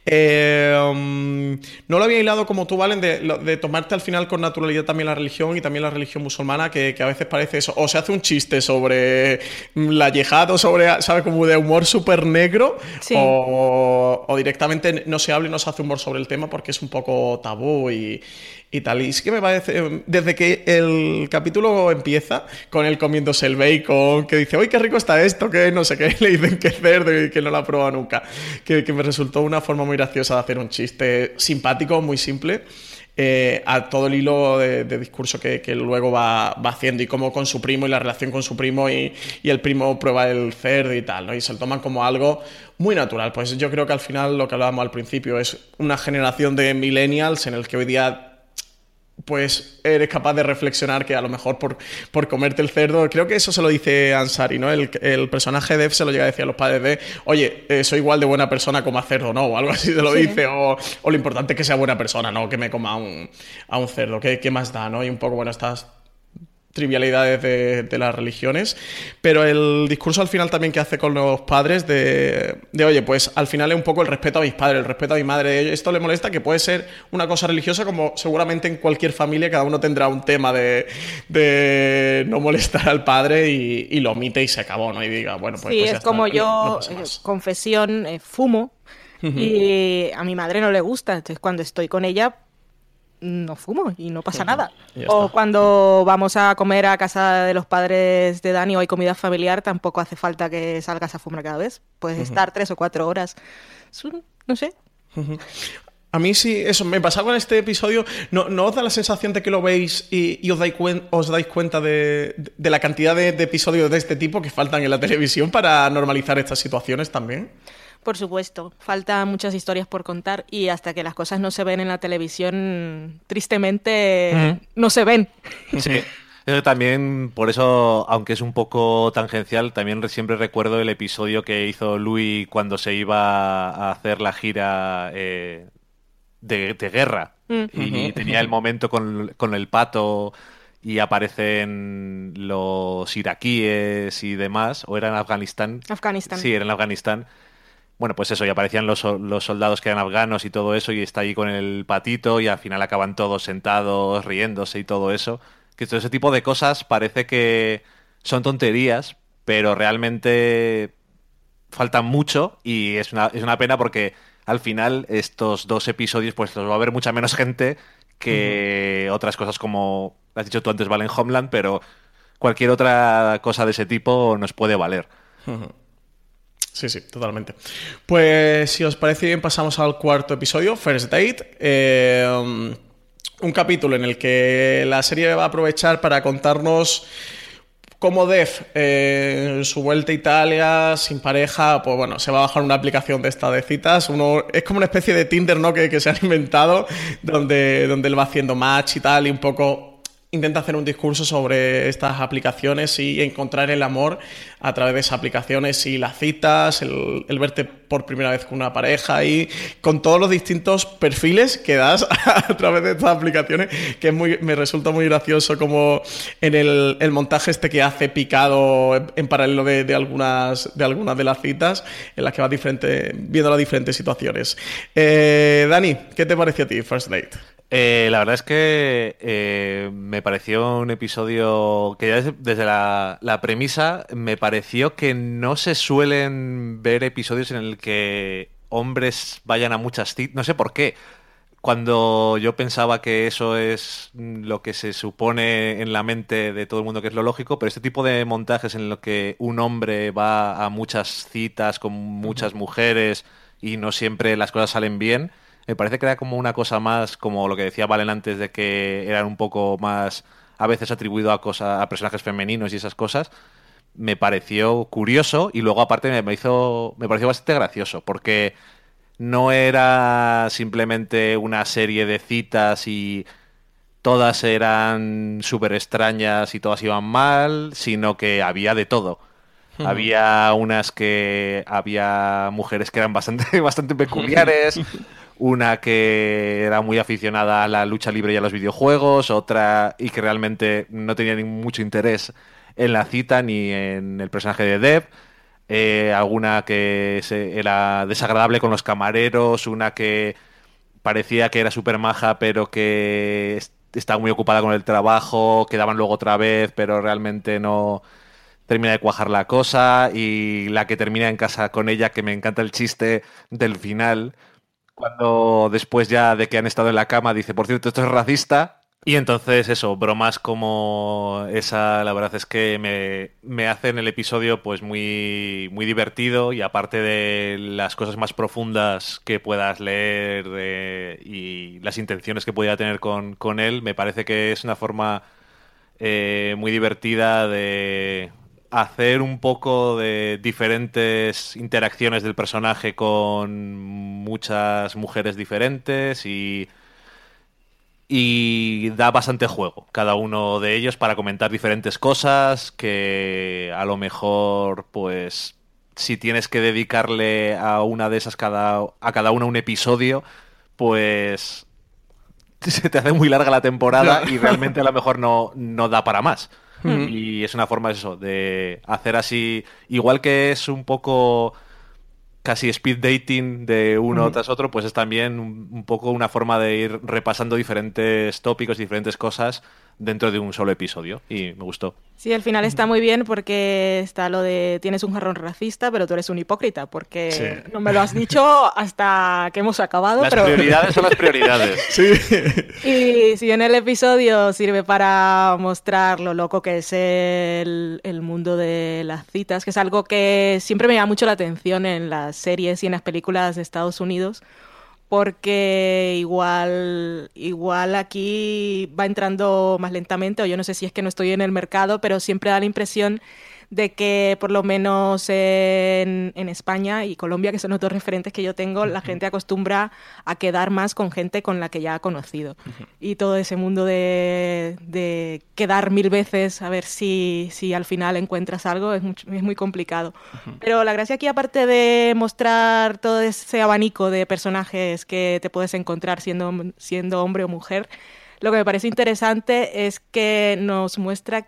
No lo había hilado como tú, Valen, de tomarte al final con naturalidad también la religión y también la religión musulmana, que a veces parece eso, o se hace un chiste sobre la yihad o sobre, ¿sabes? Como de humor súper negro, sí. o directamente no se habla y no se hace humor sobre el tema porque es un poco tabú y tal. Y sí que me parece, desde que el capítulo empieza con él comiéndose el bacon, que dice, ¡uy, qué rico está esto! Que no sé qué, le dicen que es cerdo y que no lo ha probado nunca. Que me resultó una forma muy graciosa de hacer un chiste simpático, muy simple, a todo el hilo de discurso que luego va haciendo, y como con su primo y la relación con su primo y el primo prueba el cerdo y tal, ¿no? Y se lo toman como algo muy natural. Pues yo creo que al final lo que hablábamos al principio es una generación de millennials en el que hoy día pues eres capaz de reflexionar que a lo mejor por comerte el cerdo, creo que eso se lo dice Ansari, ¿no? El personaje de Dev se lo llega a decir a los padres de, oye, soy igual de buena persona como a cerdo, ¿no? O algo así se lo dice, o lo importante es que sea buena persona, no que me coma a un cerdo, ¿qué más da, ¿no? Y un poco, bueno, estas trivialidades de las religiones, pero el discurso al final también que hace con los padres de oye, pues al final es un poco el respeto a mis padres, el respeto a mi madre. Esto le molesta, que puede ser una cosa religiosa, como seguramente en cualquier familia cada uno tendrá un tema de no molestar al padre y lo omite y se acabó, ¿no? Y diga, bueno, pues, sí, pues ya es como está, yo, no confesión, fumo, y a mi madre no le gusta, entonces cuando estoy con ella no fumo y no pasa nada. O cuando vamos a comer a casa de los padres de Dani o hay comida familiar, tampoco hace falta que salgas a fumar cada vez. Puedes estar 3 o 4 horas. No sé. A mí sí, eso me pasa con este episodio. ¿No os da la sensación de que lo veis y os dais cuenta de la cantidad de episodios de este tipo que faltan en la televisión para normalizar estas situaciones también? Por supuesto, faltan muchas historias por contar y hasta que las cosas no se ven en la televisión, tristemente no se ven. Sí, también por eso, aunque es un poco tangencial, también siempre recuerdo el episodio que hizo Louis cuando se iba a hacer la gira de guerra y tenía el momento con el pato y aparecen los iraquíes y demás, o era en Afganistán. Afganistán. Sí, era en Afganistán. Bueno, pues eso, y aparecían los soldados que eran afganos y todo eso, y está ahí con el patito, y al final acaban todos sentados, riéndose y todo eso. Que todo ese tipo de cosas parece que son tonterías, pero realmente faltan mucho, y es una pena porque al final estos 2 episodios pues los va a ver mucha menos gente que otras cosas como has dicho tú antes, Valen, Homeland, pero cualquier otra cosa de ese tipo nos puede valer. Sí, totalmente. Pues si os parece bien, pasamos al 4º episodio, First Date. Un capítulo en el que la serie va a aprovechar para contarnos cómo Dev, en su vuelta a Italia, sin pareja, pues bueno, se va a bajar una aplicación de esta de citas. Es como una especie de Tinder, ¿no? Que se han inventado, donde él va haciendo match y tal, y un poco intenta hacer un discurso sobre estas aplicaciones y encontrar el amor a través de esas aplicaciones y las citas, el verte por primera vez con una pareja y con todos los distintos perfiles que das a través de estas aplicaciones, que me resulta muy gracioso como en el montaje este que hace picado en paralelo de algunas de las citas en las que vas viendo las diferentes situaciones. Dani, ¿qué te pareció a ti First Date? La verdad es que me pareció un episodio que ya desde la premisa me pareció que no se suelen ver episodios en el que hombres vayan a muchas citas. No sé por qué. Cuando yo pensaba que eso es lo que se supone en la mente de todo el mundo que es lo lógico, pero este tipo de montajes en los que un hombre va a muchas citas con muchas mujeres y no siempre las cosas salen bien, me parece que era como una cosa más, como lo que decía Valen antes, de que eran un poco más a veces atribuido a personajes femeninos y esas cosas, me pareció curioso y luego aparte me pareció bastante gracioso, porque no era simplemente una serie de citas y todas eran súper extrañas y todas iban mal, sino que había de todo. Había mujeres que eran bastante peculiares, una que era muy aficionada a la lucha libre y a los videojuegos, otra y que realmente no tenía ni mucho interés en la cita ni en el personaje de Deb, alguna que era desagradable con los camareros, una que parecía que era súper maja pero que estaba muy ocupada con el trabajo, quedaban luego otra vez pero realmente no termina de cuajar la cosa, y la que termina en casa con ella, que me encanta el chiste del final, cuando después ya de que han estado en la cama dice, por cierto, esto es racista. Y entonces eso, bromas como esa, la verdad es que me hacen el episodio pues muy, muy divertido, y aparte de las cosas más profundas que puedas leer y las intenciones que pudiera tener con él, me parece que es una forma muy divertida de hacer un poco de diferentes interacciones del personaje con muchas mujeres diferentes y da bastante juego cada uno de ellos para comentar diferentes cosas que a lo mejor, pues, si tienes que dedicarle a una de esas a cada una un episodio, pues se te hace muy larga la temporada y realmente a lo mejor no da para más. Y es una forma eso, de hacer así, igual que es un poco casi speed dating de uno tras otro, pues es también un poco una forma de ir repasando diferentes tópicos, diferentes cosas dentro de un solo episodio, y me gustó. Sí, al final está muy bien porque está lo de tienes un jarrón racista, pero tú eres un hipócrita, porque no me lo has dicho hasta que hemos acabado. Las prioridades son las prioridades. Sí. Y si en el episodio sirve para mostrar lo loco que es el mundo de las citas, que es algo que siempre me llama mucho la atención en las series y en las películas de Estados Unidos, porque igual aquí va entrando más lentamente, o yo no sé si es que no estoy en el mercado, pero siempre da la impresión de que por lo menos en España y Colombia, que son los dos referentes que yo tengo, la gente acostumbra a quedar más con gente con la que ya ha conocido. Y todo ese mundo de quedar 1000 veces a ver si al final encuentras algo es muy complicado. Pero la gracia aquí, aparte de mostrar todo ese abanico de personajes que te puedes encontrar siendo hombre o mujer, lo que me parece interesante es que nos muestra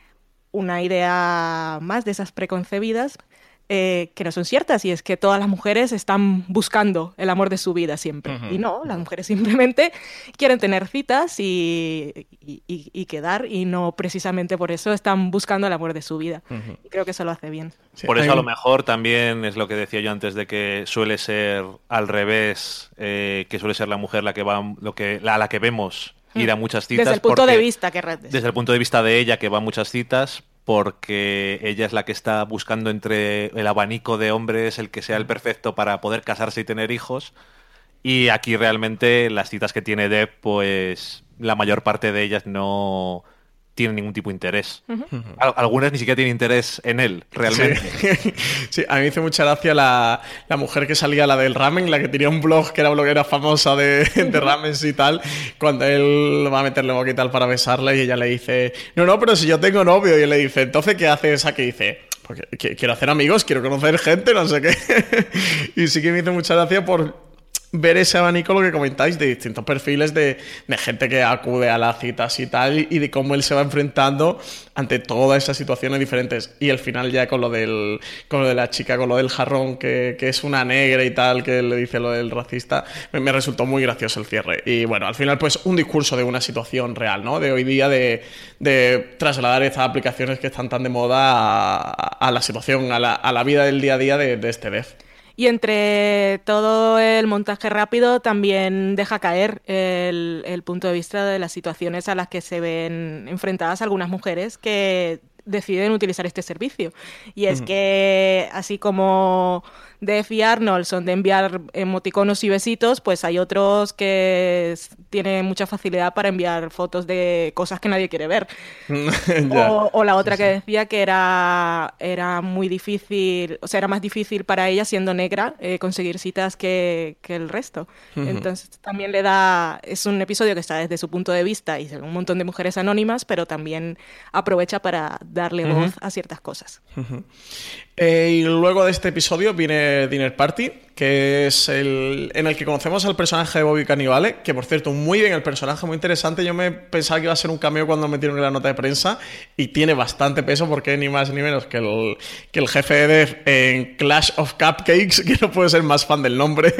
una idea más de esas preconcebidas que no son ciertas, y es que todas las mujeres están buscando el amor de su vida siempre. Y no, las mujeres simplemente quieren tener citas y quedar, y no precisamente por eso están buscando el amor de su vida. Y creo que eso lo hace bien. Sí, por eso a lo mejor también es lo que decía yo antes, de que suele ser al revés, que suele ser la mujer la que va, a la que vemos ir a muchas citas. Desde el punto de vista desde el punto de vista de ella, que va a muchas citas, porque ella es la que está buscando entre el abanico de hombres el que sea el perfecto para poder casarse y tener hijos. Y aquí realmente las citas que tiene Deb, pues la mayor parte de ellas no tienen ningún tipo de interés. Algunas ni siquiera tienen interés en él, realmente. Sí. Sí, a mí me hizo mucha gracia la mujer que salía, la del ramen, la que tenía un blog, que era bloguera famosa de ramens y tal, cuando él va a meterle boca y tal para besarla, y ella le dice, no, pero si yo tengo novio, y él le dice, entonces, ¿qué haces aquí? Dice, porque quiero hacer amigos, quiero conocer gente, no sé qué. Y sí que me hizo mucha gracia por ver ese abanico, lo que comentáis, de distintos perfiles de gente que acude a las citas y tal, y de cómo él se va enfrentando ante todas esas situaciones diferentes. Y al final ya con lo de la chica, con lo del jarrón, que es una negra y tal, que le dice lo del racista, me resultó muy gracioso el cierre. Y bueno, al final pues un discurso de una situación real, ¿no? De hoy día, de trasladar estas aplicaciones que están tan de moda a la situación, a la vida del día a día de este dev. Y entre todo el montaje rápido también deja caer el punto de vista de las situaciones a las que se ven enfrentadas algunas mujeres que deciden utilizar este servicio. Y es que, así como Def y Arnold son de enviar emoticonos y besitos, pues hay otros que tienen mucha facilidad para enviar fotos de cosas que nadie quiere ver. o la otra que decía que era muy difícil, o sea, era más difícil para ella siendo negra conseguir citas que el resto. Entonces también es un episodio que está desde su punto de vista y un montón de mujeres anónimas, pero también aprovecha para darle voz a ciertas cosas. Y luego de este episodio viene Dinner Party, que es en el que conocemos al personaje de Bobby Cannavale, que por cierto, muy bien el personaje, muy interesante. Yo me pensaba que iba a ser un cameo cuando metieron en la nota de prensa y tiene bastante peso porque ni más ni menos que el jefe de Def en Clash of Cupcakes, que no puedo ser más fan del nombre.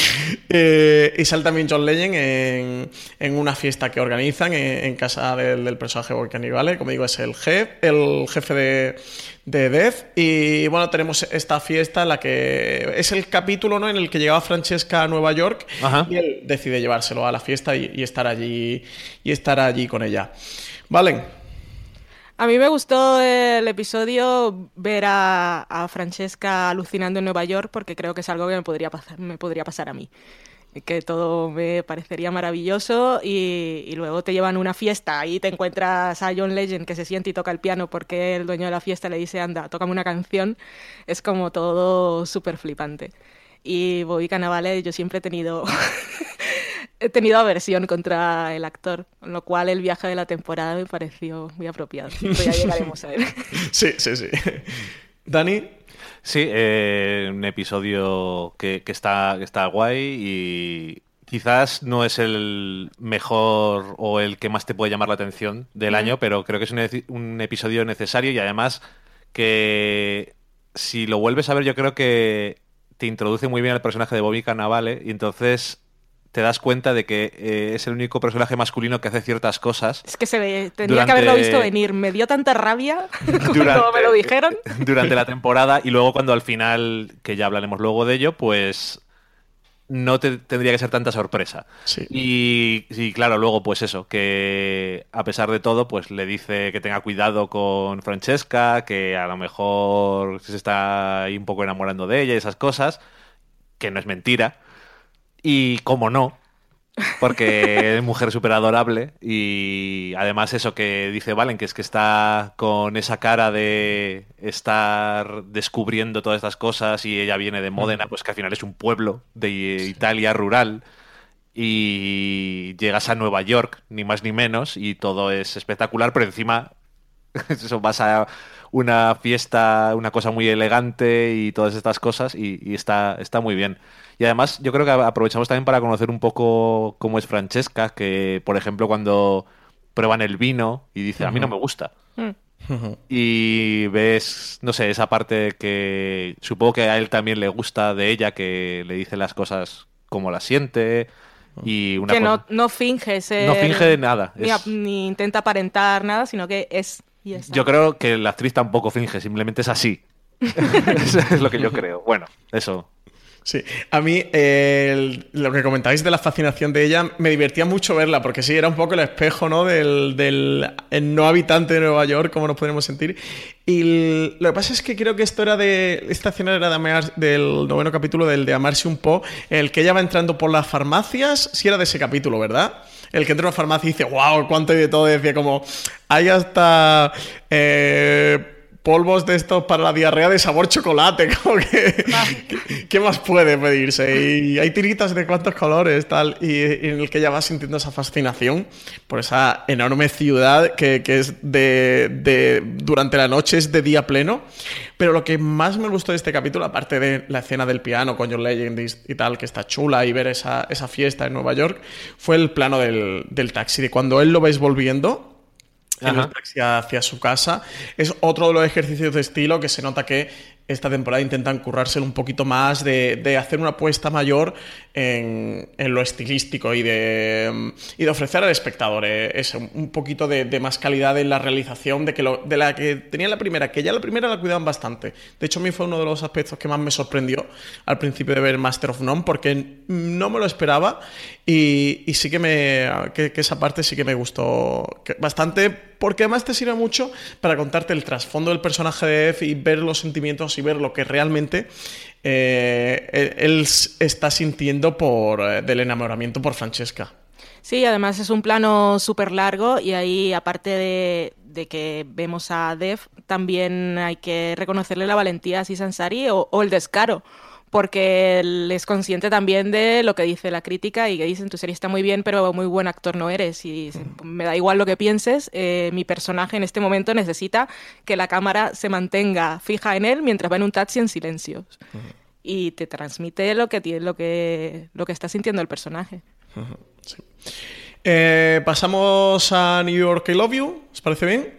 Y sale también John Legend en una fiesta que organizan en casa del personaje de Bobby Cannavale. Como digo, es el jefe de Def. Y bueno, tenemos esta fiesta en la que es el capítulo, ¿no?, en el que llegaba Francesca a Nueva York. Ajá. Y él decide llevárselo a la fiesta y estar allí con ella. Vale. A mí me gustó el episodio ver a Francesca alucinando en Nueva York, porque creo que es algo que me podría pasar a mí. Que todo me parecería maravilloso y luego te llevan a una fiesta y te encuentras a John Legend que se siente y toca el piano porque el dueño de la fiesta le dice, anda, tócame una canción. Es como todo súper flipante. Y Bobby Cannavale, yo siempre he tenido aversión contra el actor, con lo cual el viaje de la temporada me pareció muy apropiado. Pero ya llegaremos a él. Sí. Dani. Sí, un episodio que está guay y quizás no es el mejor o el que más te puede llamar la atención del año, pero creo que es un episodio necesario y además que si lo vuelves a ver yo creo que te introduce muy bien al personaje de Bobby Cannavale y entonces te das cuenta de que es el único personaje masculino que hace ciertas cosas. Es que tenía que haberlo visto venir. Me dio tanta rabia cuando me lo dijeron. Durante la temporada y luego cuando al final, que ya hablaremos luego de ello, pues no tendría que ser tanta sorpresa. Sí. Y claro, luego pues eso, que a pesar de todo, pues le dice que tenga cuidado con Francesca, que a lo mejor se está ahí un poco enamorando de ella y esas cosas, que no es mentira. Y cómo no, porque es mujer súper adorable y además eso que dice Valen, que es que está con esa cara de estar descubriendo todas estas cosas y ella viene de Módena, pues que al final es un pueblo de Italia rural y llegas a Nueva York, ni más ni menos, y todo es espectacular, pero encima eso vas a una fiesta, una cosa muy elegante y todas estas cosas y está muy bien. Y además yo creo que aprovechamos también para conocer un poco cómo es Francesca, que por ejemplo cuando prueban el vino y dice, a mí no me gusta. Y ves, no sé, esa parte que supongo que a él también le gusta de ella, que le dice las cosas como las siente. Y una que no finge ser... No finge nada. Ni intenta aparentar nada, sino que es... Yo creo que la actriz tampoco finge, simplemente es así. Eso es lo que yo creo. Bueno, eso... Sí, a mí lo que comentabais de la fascinación de ella me divertía mucho verla, porque sí, era un poco el espejo, ¿no?, del no habitante de Nueva York, como nos podríamos sentir. Y lo que pasa es que creo que esta escena era del 9º capítulo, del de Amarse un po', el que ella va entrando por las farmacias, sí era de ese capítulo, ¿verdad? El que entra a una farmacia y dice, wow, cuánto hay de todo, decía como, hay hasta... polvos de estos para la diarrea de sabor chocolate, como que ¿qué más puede pedirse? Y hay tiritas de cuántos colores, tal, y en el que ella va sintiendo esa fascinación por esa enorme ciudad que es durante la noche es de día pleno. Pero lo que más me gustó de este capítulo, aparte de la escena del piano con John Legend y tal, que está chula, y ver esa fiesta en Nueva York, fue el plano del taxi, de cuando él lo vais volviendo en el taxi hacia su casa. Es otro de los ejercicios de estilo que se nota que esta temporada intentan currárselo un poquito más, de hacer una apuesta mayor en lo estilístico y de ofrecer al espectador un poquito de más calidad en la realización de la que tenía la primera, que ya la primera la cuidaban bastante. De hecho, a mí fue uno de los aspectos que más me sorprendió al principio de ver Master of None, porque no me lo esperaba y sí que esa parte sí que me gustó bastante. porque además te sirve mucho para contarte el trasfondo del personaje de Ed y ver los sentimientos y ver lo que realmente él está sintiendo del enamoramiento por Francesca. Sí, además es un plano súper largo y ahí, aparte de que vemos a Dev, también hay que reconocerle la valentía a Aziz Ansari o el descaro, porque él es consciente también de lo que dice la crítica y que dicen tu serie está muy bien, pero muy buen actor no eres. Y me da igual lo que pienses, mi personaje en este momento necesita que la cámara se mantenga fija en él mientras va en un taxi en silencio. Y te transmite lo que está sintiendo el personaje. Sí. Pasamos a New York I Love You. ¿Os parece bien?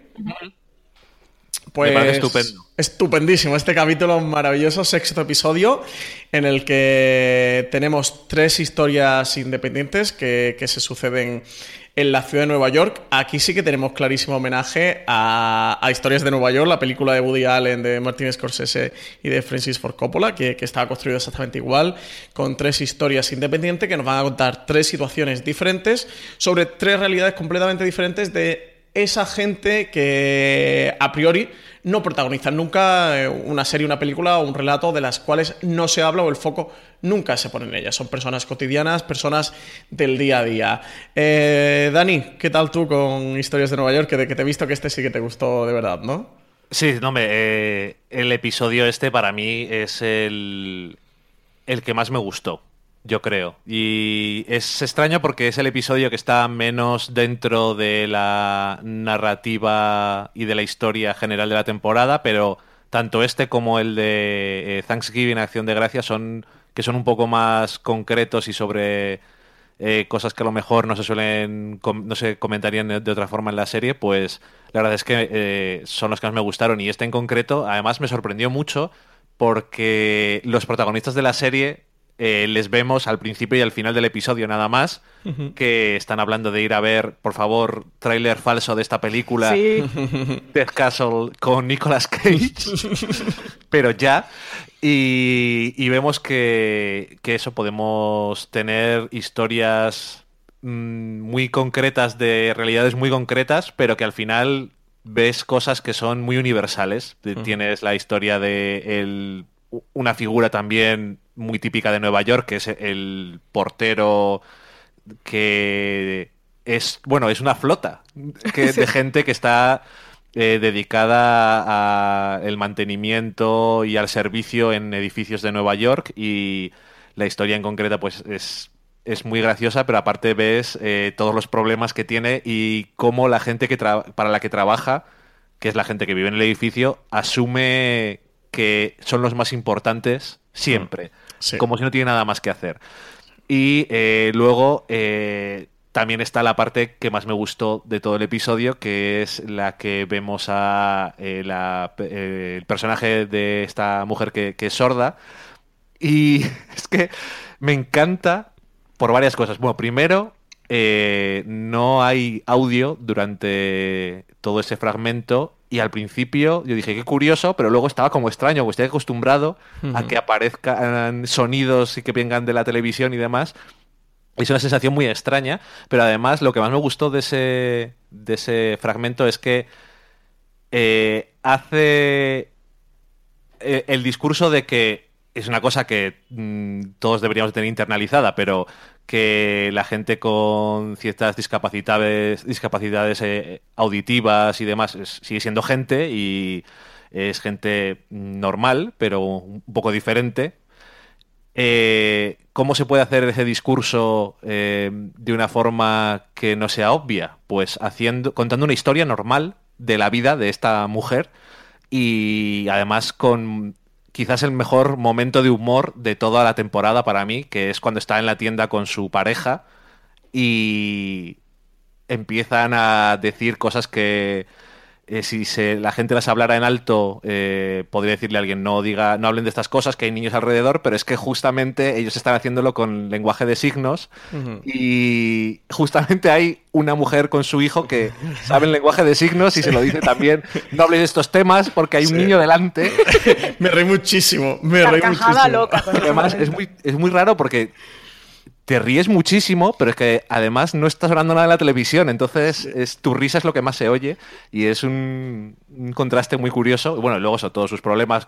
Pues me parece estupendo. Estupendísimo. Este capítulo maravilloso, sexto episodio, en el que tenemos 3 historias independientes que se suceden en la ciudad de Nueva York. Aquí sí que tenemos clarísimo homenaje a Historias de Nueva York, la película de Woody Allen, de Martin Scorsese y de Francis Ford Coppola, que estaba construida exactamente igual, con 3 historias independientes que nos van a contar 3 situaciones diferentes sobre 3 realidades completamente diferentes de esa gente que a priori no protagonizan nunca una serie, una película o un relato de las cuales no se habla o el foco nunca se pone en ellas. Son personas cotidianas, personas del día a día. Dani, ¿qué tal tú con Historias de Nueva York? Que te he visto que este sí que te gustó de verdad, ¿no? Sí, no, el episodio este para mí es el que más me gustó, yo creo. Y es extraño porque es el episodio que está menos dentro de la narrativa y de la historia general de la temporada, pero tanto este como el de Thanksgiving, Acción de Gracias, son un poco más concretos y sobre cosas que a lo mejor no se comentarían de otra forma en la serie. Pues la verdad es que son los que más me gustaron. Y este en concreto, además, me sorprendió mucho porque los protagonistas de la serie les vemos al principio y al final del episodio nada más, que están hablando de ir a ver, por favor, tráiler falso de esta película, sí. Death Castle con Nicolas Cage, pero ya, y vemos que eso, podemos tener historias muy concretas de realidades muy concretas, pero que al final ves cosas que son muy universales. Tienes la historia de una figura también muy típica de Nueva York, que es el portero, que es una flota de gente que está dedicada al mantenimiento y al servicio en edificios de Nueva York, y la historia en concreta pues es muy graciosa, pero aparte ves todos los problemas que tiene y cómo la gente para la que trabaja, que es la gente que vive en el edificio, asume que son los más importantes siempre, sí. Como si no tiene nada más que hacer. Y luego también está la parte que más me gustó de todo el episodio, que es la que vemos a el personaje de esta mujer que es sorda. Y es que me encanta por varias cosas. Bueno, primero, no hay audio durante todo ese fragmento. Y al principio yo dije, qué curioso, pero luego estaba como extraño, porque estoy acostumbrado a que aparezcan sonidos y que vengan de la televisión y demás. Es una sensación muy extraña, pero además lo que más me gustó de ese fragmento es que hace el discurso de que es una cosa que todos deberíamos tener internalizada, pero que la gente con ciertas discapacidades auditivas y demás sigue siendo gente, y es gente normal, pero un poco diferente. ¿Cómo se puede hacer ese discurso de una forma que no sea obvia? Pues contando una historia normal de la vida de esta mujer, y además con quizás el mejor momento de humor de toda la temporada para mí, que es cuando está en la tienda con su pareja y empiezan a decir cosas que si la gente las hablara en alto, podría decirle a alguien no hablen de estas cosas, que hay niños alrededor, pero es que justamente ellos están haciéndolo con lenguaje de signos, y justamente hay una mujer con su hijo que sabe el lenguaje de signos y se lo dice también, no hables de estos temas porque hay un niño delante. Me reí muchísimo, loca. Además es muy raro porque te ríes muchísimo, pero es que además no está sonando nada en la televisión, entonces tu risa es lo que más se oye y es un contraste muy curioso. Y bueno, luego son todos sus problemas,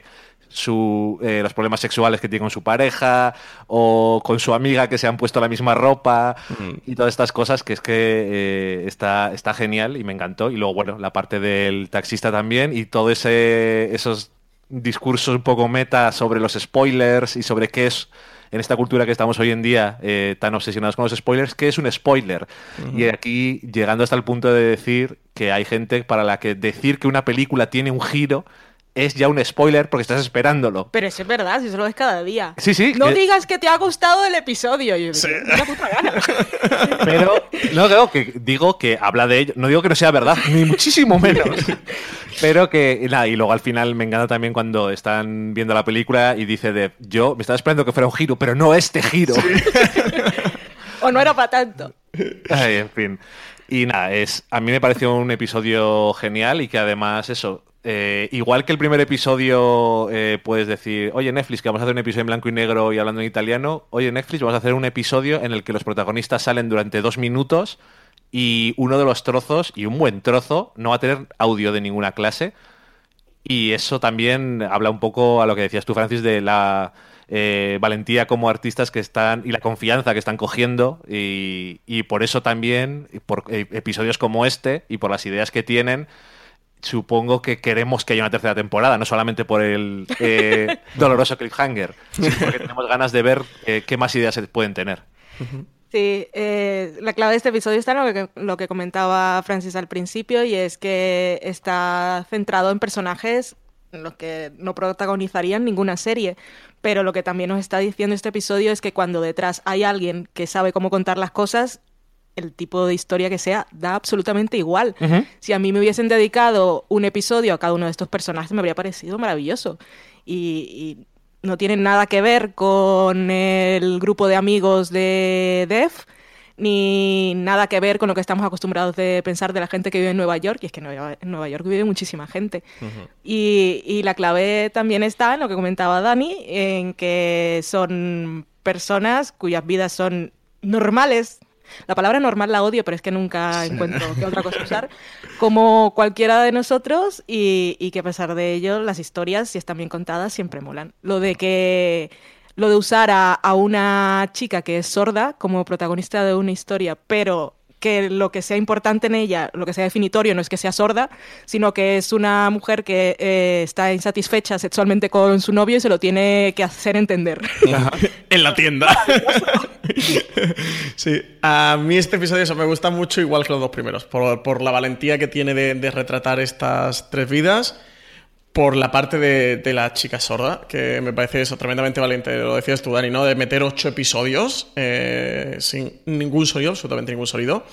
los problemas sexuales que tiene con su pareja o con su amiga que se han puesto la misma ropa y todas estas cosas que es que está genial y me encantó. Y luego, bueno, la parte del taxista también y todo esos discursos un poco meta sobre los spoilers y sobre qué es, en esta cultura que estamos hoy en día tan obsesionados con los spoilers, ¿qué es un spoiler? Y aquí llegando hasta el punto de decir que hay gente para la que decir que una película tiene un giro es ya un spoiler porque estás esperándolo. Pero eso es verdad, si eso lo ves cada día. Sí. No digas que te ha gustado el episodio. Yo digo, una puta gana. Pero no digo que habla de ello. No digo que no sea verdad, ni muchísimo menos. Pero que, nada, y luego al final me encanta también cuando están viendo la película y dice yo me estaba esperando que fuera un giro, pero no este giro. Sí. O no era para tanto. Ay, en fin. Y nada, a mí me pareció un episodio genial y que además eso... igual que el primer episodio puedes decir, oye Netflix, que vamos a hacer un episodio en blanco y negro y hablando en italiano, oye Netflix, vamos a hacer un episodio en el que los protagonistas salen durante 2 minutos y uno de los trozos, y un buen trozo, no va a tener audio de ninguna clase. Y eso también habla un poco a lo que decías tú, Francis, de la valentía como artistas que están y la confianza que están cogiendo y por eso también, por episodios como este y por las ideas que tienen, supongo que queremos que haya una tercera temporada, no solamente por el doloroso cliffhanger, sino porque tenemos ganas de ver qué más ideas se pueden tener. Sí, la clave de este episodio está en lo que comentaba Francis al principio, y es que está centrado en personajes en los que no protagonizarían ninguna serie, pero lo que también nos está diciendo este episodio es que cuando detrás hay alguien que sabe cómo contar las cosas, el tipo de historia que sea, da absolutamente igual. Si a mí me hubiesen dedicado un episodio a cada uno de estos personajes, me habría parecido maravilloso. Y no tienen nada que ver con el grupo de amigos de Dev, ni nada que ver con lo que estamos acostumbrados de pensar de la gente que vive en Nueva York, y es que en Nueva York vive muchísima gente. Y la clave también está en lo que comentaba Dani, en que son personas cuyas vidas son normales. La palabra normal la odio, pero es que nunca encuentro qué otra cosa usar. Como cualquiera de nosotros, y que a pesar de ello, las historias, si están bien contadas, siempre molan. Lo de usar a una chica que es sorda como protagonista de una historia, pero que lo que sea importante en ella, lo que sea definitorio, no es que sea sorda, sino que es una mujer que está insatisfecha sexualmente con su novio y se lo tiene que hacer entender. En la tienda. Sí, a mí este episodio eso me gusta mucho, igual que los 2 primeros, por la valentía que tiene de retratar estas 3 vidas, por la parte de la chica sorda, que me parece eso tremendamente valiente, lo decías tú, Dani, ¿no? De meter 8 episodios sin ningún sonido, absolutamente ningún sonido.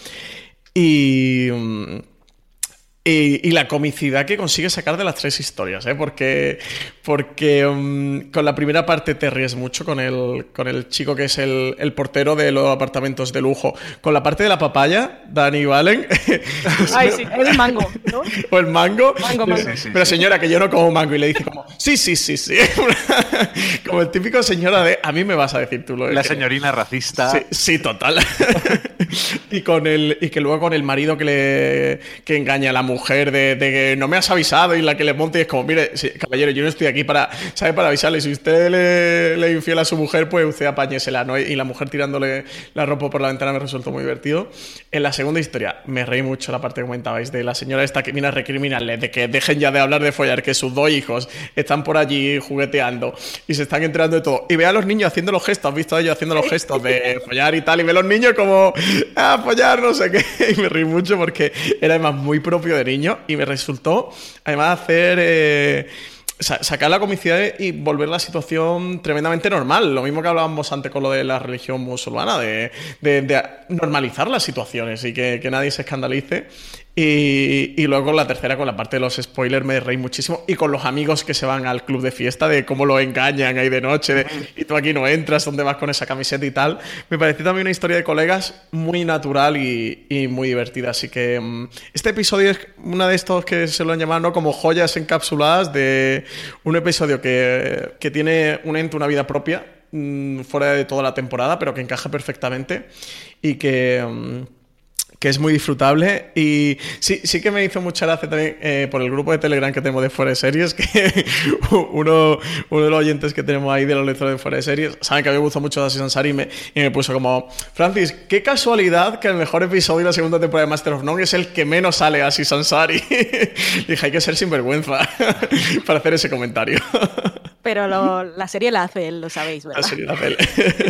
Y la comicidad que consigue sacar de las 3 historias, ¿eh? Porque con la primera parte te ríes mucho con el chico que es el portero de los apartamentos de lujo. Con la parte de la papaya, Dani Valen. Ay, sí, el mango, ¿no? O el mango. Mango. Sí. Pero señora, que yo no como mango. Y le dice como, sí. Como el típico señora de, a mí me vas a decir tú lo de la señorina racista. Sí, total. Y que luego con el marido que engaña a la mujer de que no me has avisado, y la que le monte y es como, mire, caballero, yo no estoy aquí para avisarle. Si usted le infiel a su mujer, pues usted apáñesela, ¿no? Y la mujer tirándole la ropa por la ventana me resultó muy divertido. En la segunda historia me reí mucho la parte que comentabais de la señora esta que viene a recriminarle de que dejen ya de hablar de follar, que sus 2 hijos están por allí jugueteando y se están enterando de todo. Y ve a los niños haciendo los gestos, has visto a ellos haciendo los gestos de follar y tal, y ve a los niños como, follar, no sé qué. Y me reí mucho porque era además muy propio de niño, y me resultó además hacer sacar la comicidad y volver la situación tremendamente normal. Lo mismo que hablábamos antes con lo de la religión musulmana, de normalizar las situaciones y que nadie se escandalice. Y luego con la tercera, con la parte de los spoilers, me reí muchísimo. Y con los amigos que se van al club de fiesta, de cómo lo engañan ahí de noche, y tú aquí no entras, ¿dónde vas con esa camiseta y tal? Me pareció también una historia de colegas muy natural y muy divertida. Así que este episodio es uno de estos que se lo han llamado, ¿no?, como joyas encapsuladas de un episodio que tiene una vida propia, fuera de toda la temporada, pero que encaja perfectamente y que es muy disfrutable. Y sí que me hizo mucha gracia también por el grupo de Telegram que tenemos de Fuera de Series, que uno de los oyentes que tenemos ahí de los lectores de Fuera de Series, saben que a mí me gustó mucho Aziz Ansari y me puso como: Francis, qué casualidad que el mejor episodio de la segunda temporada de Master of None es el que menos sale Aziz Ansari. Dije, hay que ser sinvergüenza para hacer ese comentario. Pero la serie la hace él, lo sabéis, ¿verdad? La serie la hace él.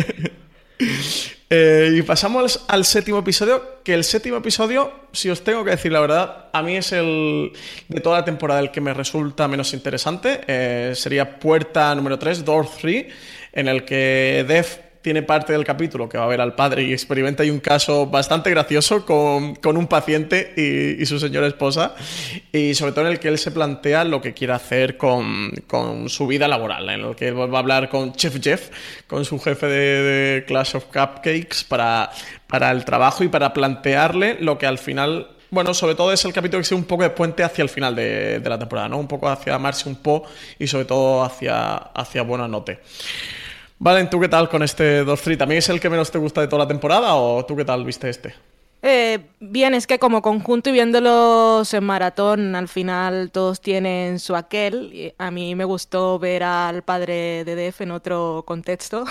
Y pasamos al séptimo episodio, que el séptimo episodio, si os tengo que decir la verdad, a mí es el de toda la temporada el que me resulta menos interesante. Sería Puerta número 3, Door 3, en el que Dev tiene parte del capítulo que va a ver al padre y experimenta ahí un caso bastante gracioso con un paciente y su señora esposa, y sobre todo en el que él se plantea lo que quiere hacer con su vida laboral, en el que va a hablar con Chef Jeff, con su jefe de Clash of Cupcakes, para el trabajo y para plantearle lo que al final... Bueno, sobre todo es el capítulo que es un poco de puente hacia el final de la temporada, ¿no? Un poco hacia amarse un po' y sobre todo hacia Buena Note. Valen, ¿tú qué tal con este 2-3? ¿También es el que menos te gusta de toda la temporada o tú qué tal viste este? Bien, es que como conjunto y viéndolos en maratón, al final todos tienen su aquel. Y a mí me gustó ver al padre de Dev en otro contexto,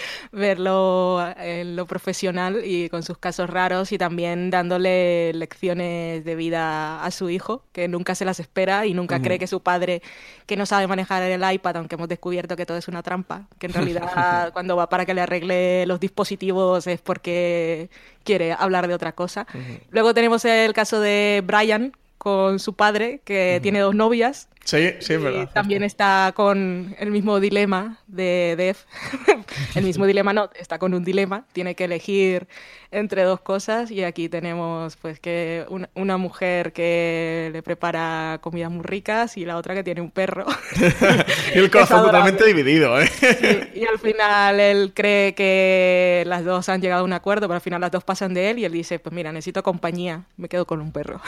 verlo en lo profesional y con sus casos raros, y también dándole lecciones de vida a su hijo, que nunca se las espera y nunca cree que su padre, que no sabe manejar el iPad, aunque hemos descubierto que todo es una trampa, que en realidad cuando va para que le arregle los dispositivos es porque quiere hablar de otra cosa. Luego tenemos el caso de Brian con su padre, que tiene 2 novias. Sí, es verdad. También está con el mismo dilema de Dev. El mismo dilema no, está con un dilema. Tiene que elegir entre 2 cosas, y aquí tenemos pues que una mujer que le prepara comidas muy ricas y la otra que tiene un perro. Y el corazón totalmente dividido, ¿eh? Sí, y al final él cree que las 2 han llegado a un acuerdo, pero al final las 2 pasan de él y él dice, pues mira, necesito compañía, me quedo con un perro.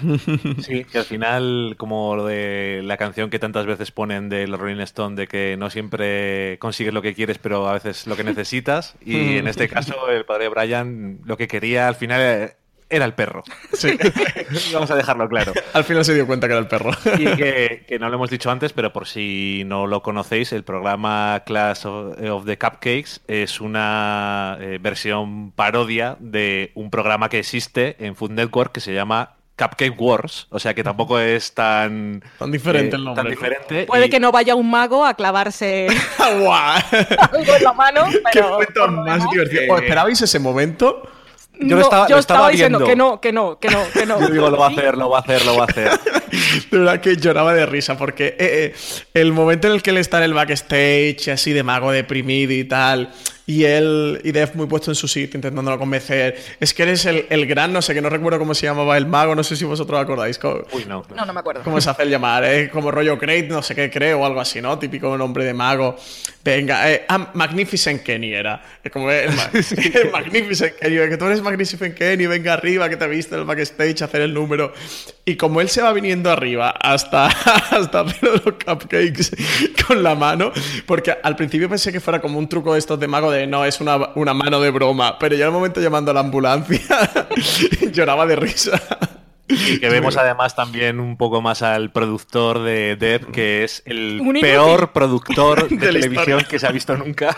Sí, que al final, como lo de la canción que tantas veces ponen de los Rolling Stones, de que no siempre consigues lo que quieres, pero a veces lo que necesitas, y en este caso el padre de Brian lo que quería al final era el perro. Sí. Vamos a dejarlo claro. Al final se dio cuenta que era el perro. Y que no lo hemos dicho antes, pero por si no lo conocéis, el programa Clash of the Cupcakes es una versión parodia de un programa que existe en Food Network que se llama Cupcake Wars, o sea que tampoco es tan diferente el nombre. Tan diferente. Puede que no vaya un mago a clavarse algo en la mano, pero... ¡Qué momento más divertido! ¿Os esperabais ese momento? Yo lo estaba diciendo viendo. que no. Yo digo, lo va a hacer. De verdad que lloraba de risa, porque el momento en el que él está en el backstage, así de mago deprimido y tal, y Dev muy puesto en su sitio, intentándolo convencer, es que eres el gran, no sé, que no recuerdo cómo se llamaba el mago, no sé si vosotros acordáis. Uy, no me acuerdo. ¿Cómo se hace el llamar? Como rollo Crate, no sé qué creo, o algo así, ¿no? Típico nombre de mago. Venga, Magnificent Kenny era. Como el Magnificent Kenny, que tú eres Magnificent Kenny, venga arriba, que te viste en el backstage a hacer el número. Y como él se va viniendo arriba hasta hacer los cupcakes con la mano, porque al principio pensé que fuera como un truco de estos de mago de no, es una mano de broma, pero ya al momento llamando a la ambulancia lloraba de risa. Y que vemos además también un poco más al productor de Dev, que es el peor productor de televisión que se ha visto nunca.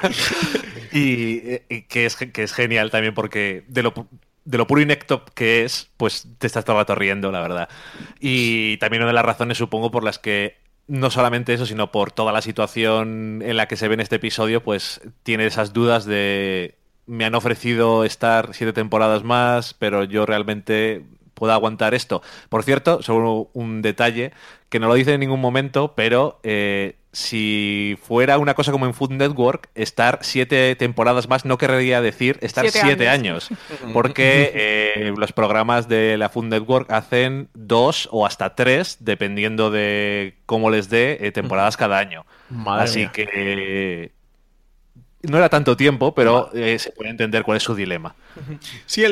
y que es genial también, porque de lo puro inepto que es, pues te estás todo el rato riendo, la verdad. Y también una de las razones, supongo, por las que no solamente eso, sino por toda la situación en la que se ve en este episodio, pues tiene esas dudas de me han ofrecido estar 7 temporadas más, pero yo realmente puedo aguantar esto. Por cierto, solo un detalle que no lo dice en ningún momento, pero si fuera una cosa como en Food Network, estar 7 temporadas más no querría decir estar 7 años. Porque los programas de la Food Network hacen 2 o hasta 3, dependiendo de cómo les dé, temporadas cada año. Así que no era tanto tiempo, pero se puede entender cuál es su dilema. Sí,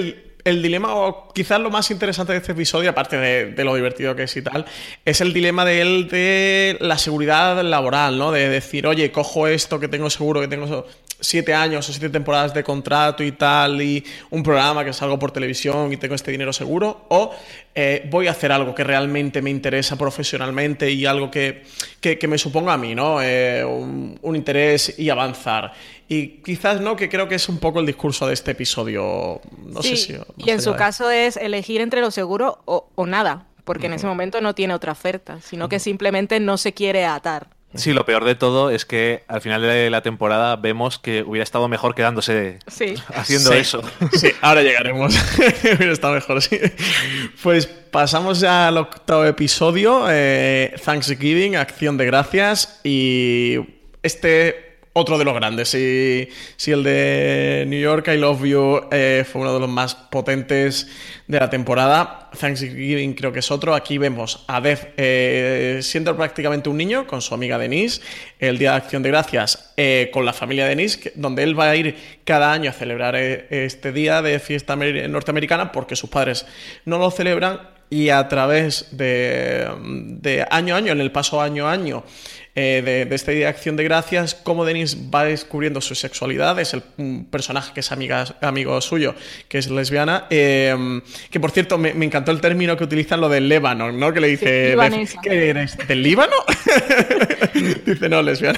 el dilema, o quizás lo más interesante de este episodio, aparte de lo divertido que es y tal, es el dilema de él de la seguridad laboral, ¿no? De decir, oye, cojo esto que tengo seguro, que tengo 7 años o 7 temporadas de contrato y tal, y un programa que salgo por televisión y tengo este dinero seguro, o voy a hacer algo que realmente me interesa profesionalmente y algo que me suponga a mí, ¿no? Un interés y avanzar. Y quizás, ¿no? Que creo que es un poco el discurso de este episodio. No sé si... y en su caso es elegir entre lo seguro o nada, porque en ese momento no tiene otra oferta, sino que simplemente no se quiere atar. Sí, lo peor de todo es que al final de la temporada vemos que hubiera estado mejor quedándose haciendo eso. Sí, ahora llegaremos. Hubiera estado mejor, sí. Pues pasamos ya al 8º episodio, Thanksgiving, Acción de Gracias, y otro de los grandes. Si el de New York, I Love You fue uno de los más potentes de la temporada, Thanksgiving creo que es otro. Aquí vemos a Dev siendo prácticamente un niño con su amiga Denise, el Día de Acción de Gracias con la familia de Denise, donde él va a ir cada año a celebrar este día de fiesta norteamericana porque sus padres no lo celebran, y a través de año a año, en el paso año a año de este Día de Acción de Gracias, cómo Denise va descubriendo su sexualidad. Es un personaje que es amigo suyo, que es lesbiana, que por cierto me encantó el término que utilizan, lo del Líbano, ¿no? Que le dice, ¿qué eres? ¿Del Líbano? Dice, no, lesbiana.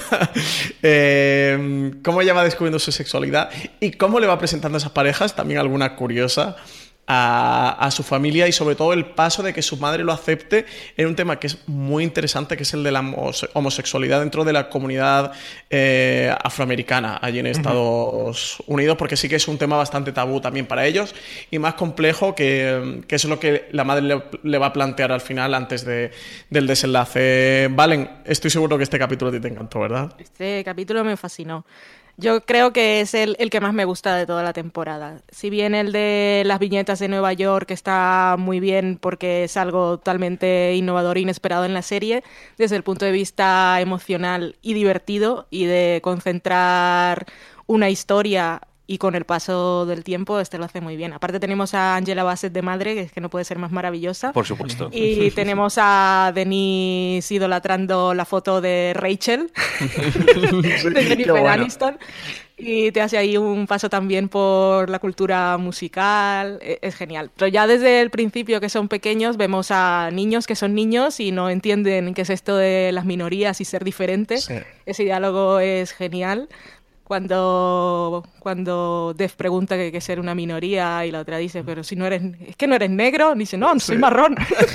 Cómo ella va descubriendo su sexualidad y cómo le va presentando a esas parejas, también alguna curiosa, a su familia, y sobre todo el paso de que su madre lo acepte en un tema que es muy interesante, que es el de la homosexualidad dentro de la comunidad afroamericana allí en Estados Unidos, porque sí que es un tema bastante tabú también para ellos y más complejo, que eso es lo que la madre le va a plantear al final antes del desenlace. Valen, estoy seguro que este capítulo a ti te encantó, ¿verdad? Este capítulo me fascinó. Yo creo que es el que más me gusta de toda la temporada. Si bien el de las viñetas de Nueva York está muy bien porque es algo totalmente innovador e inesperado en la serie, desde el punto de vista emocional y divertido, y de concentrar una historia y con el paso del tiempo lo hace muy bien. Aparte tenemos a Angela Bassett de madre, que es que no puede ser más maravillosa. Por supuesto. Y tenemos a Denise idolatrando la foto de Rachel, de Jennifer Aniston. Y te hace ahí un paso también por la cultura musical. Es genial. Pero ya desde el principio, que son pequeños, vemos a niños que son niños y no entienden qué es esto de las minorías y ser diferentes. Sí. Ese diálogo es genial. Cuando Dev pregunta qué es ser una minoría y la otra dice, pero si no eres, es que no eres negro, dice, no, soy marrón.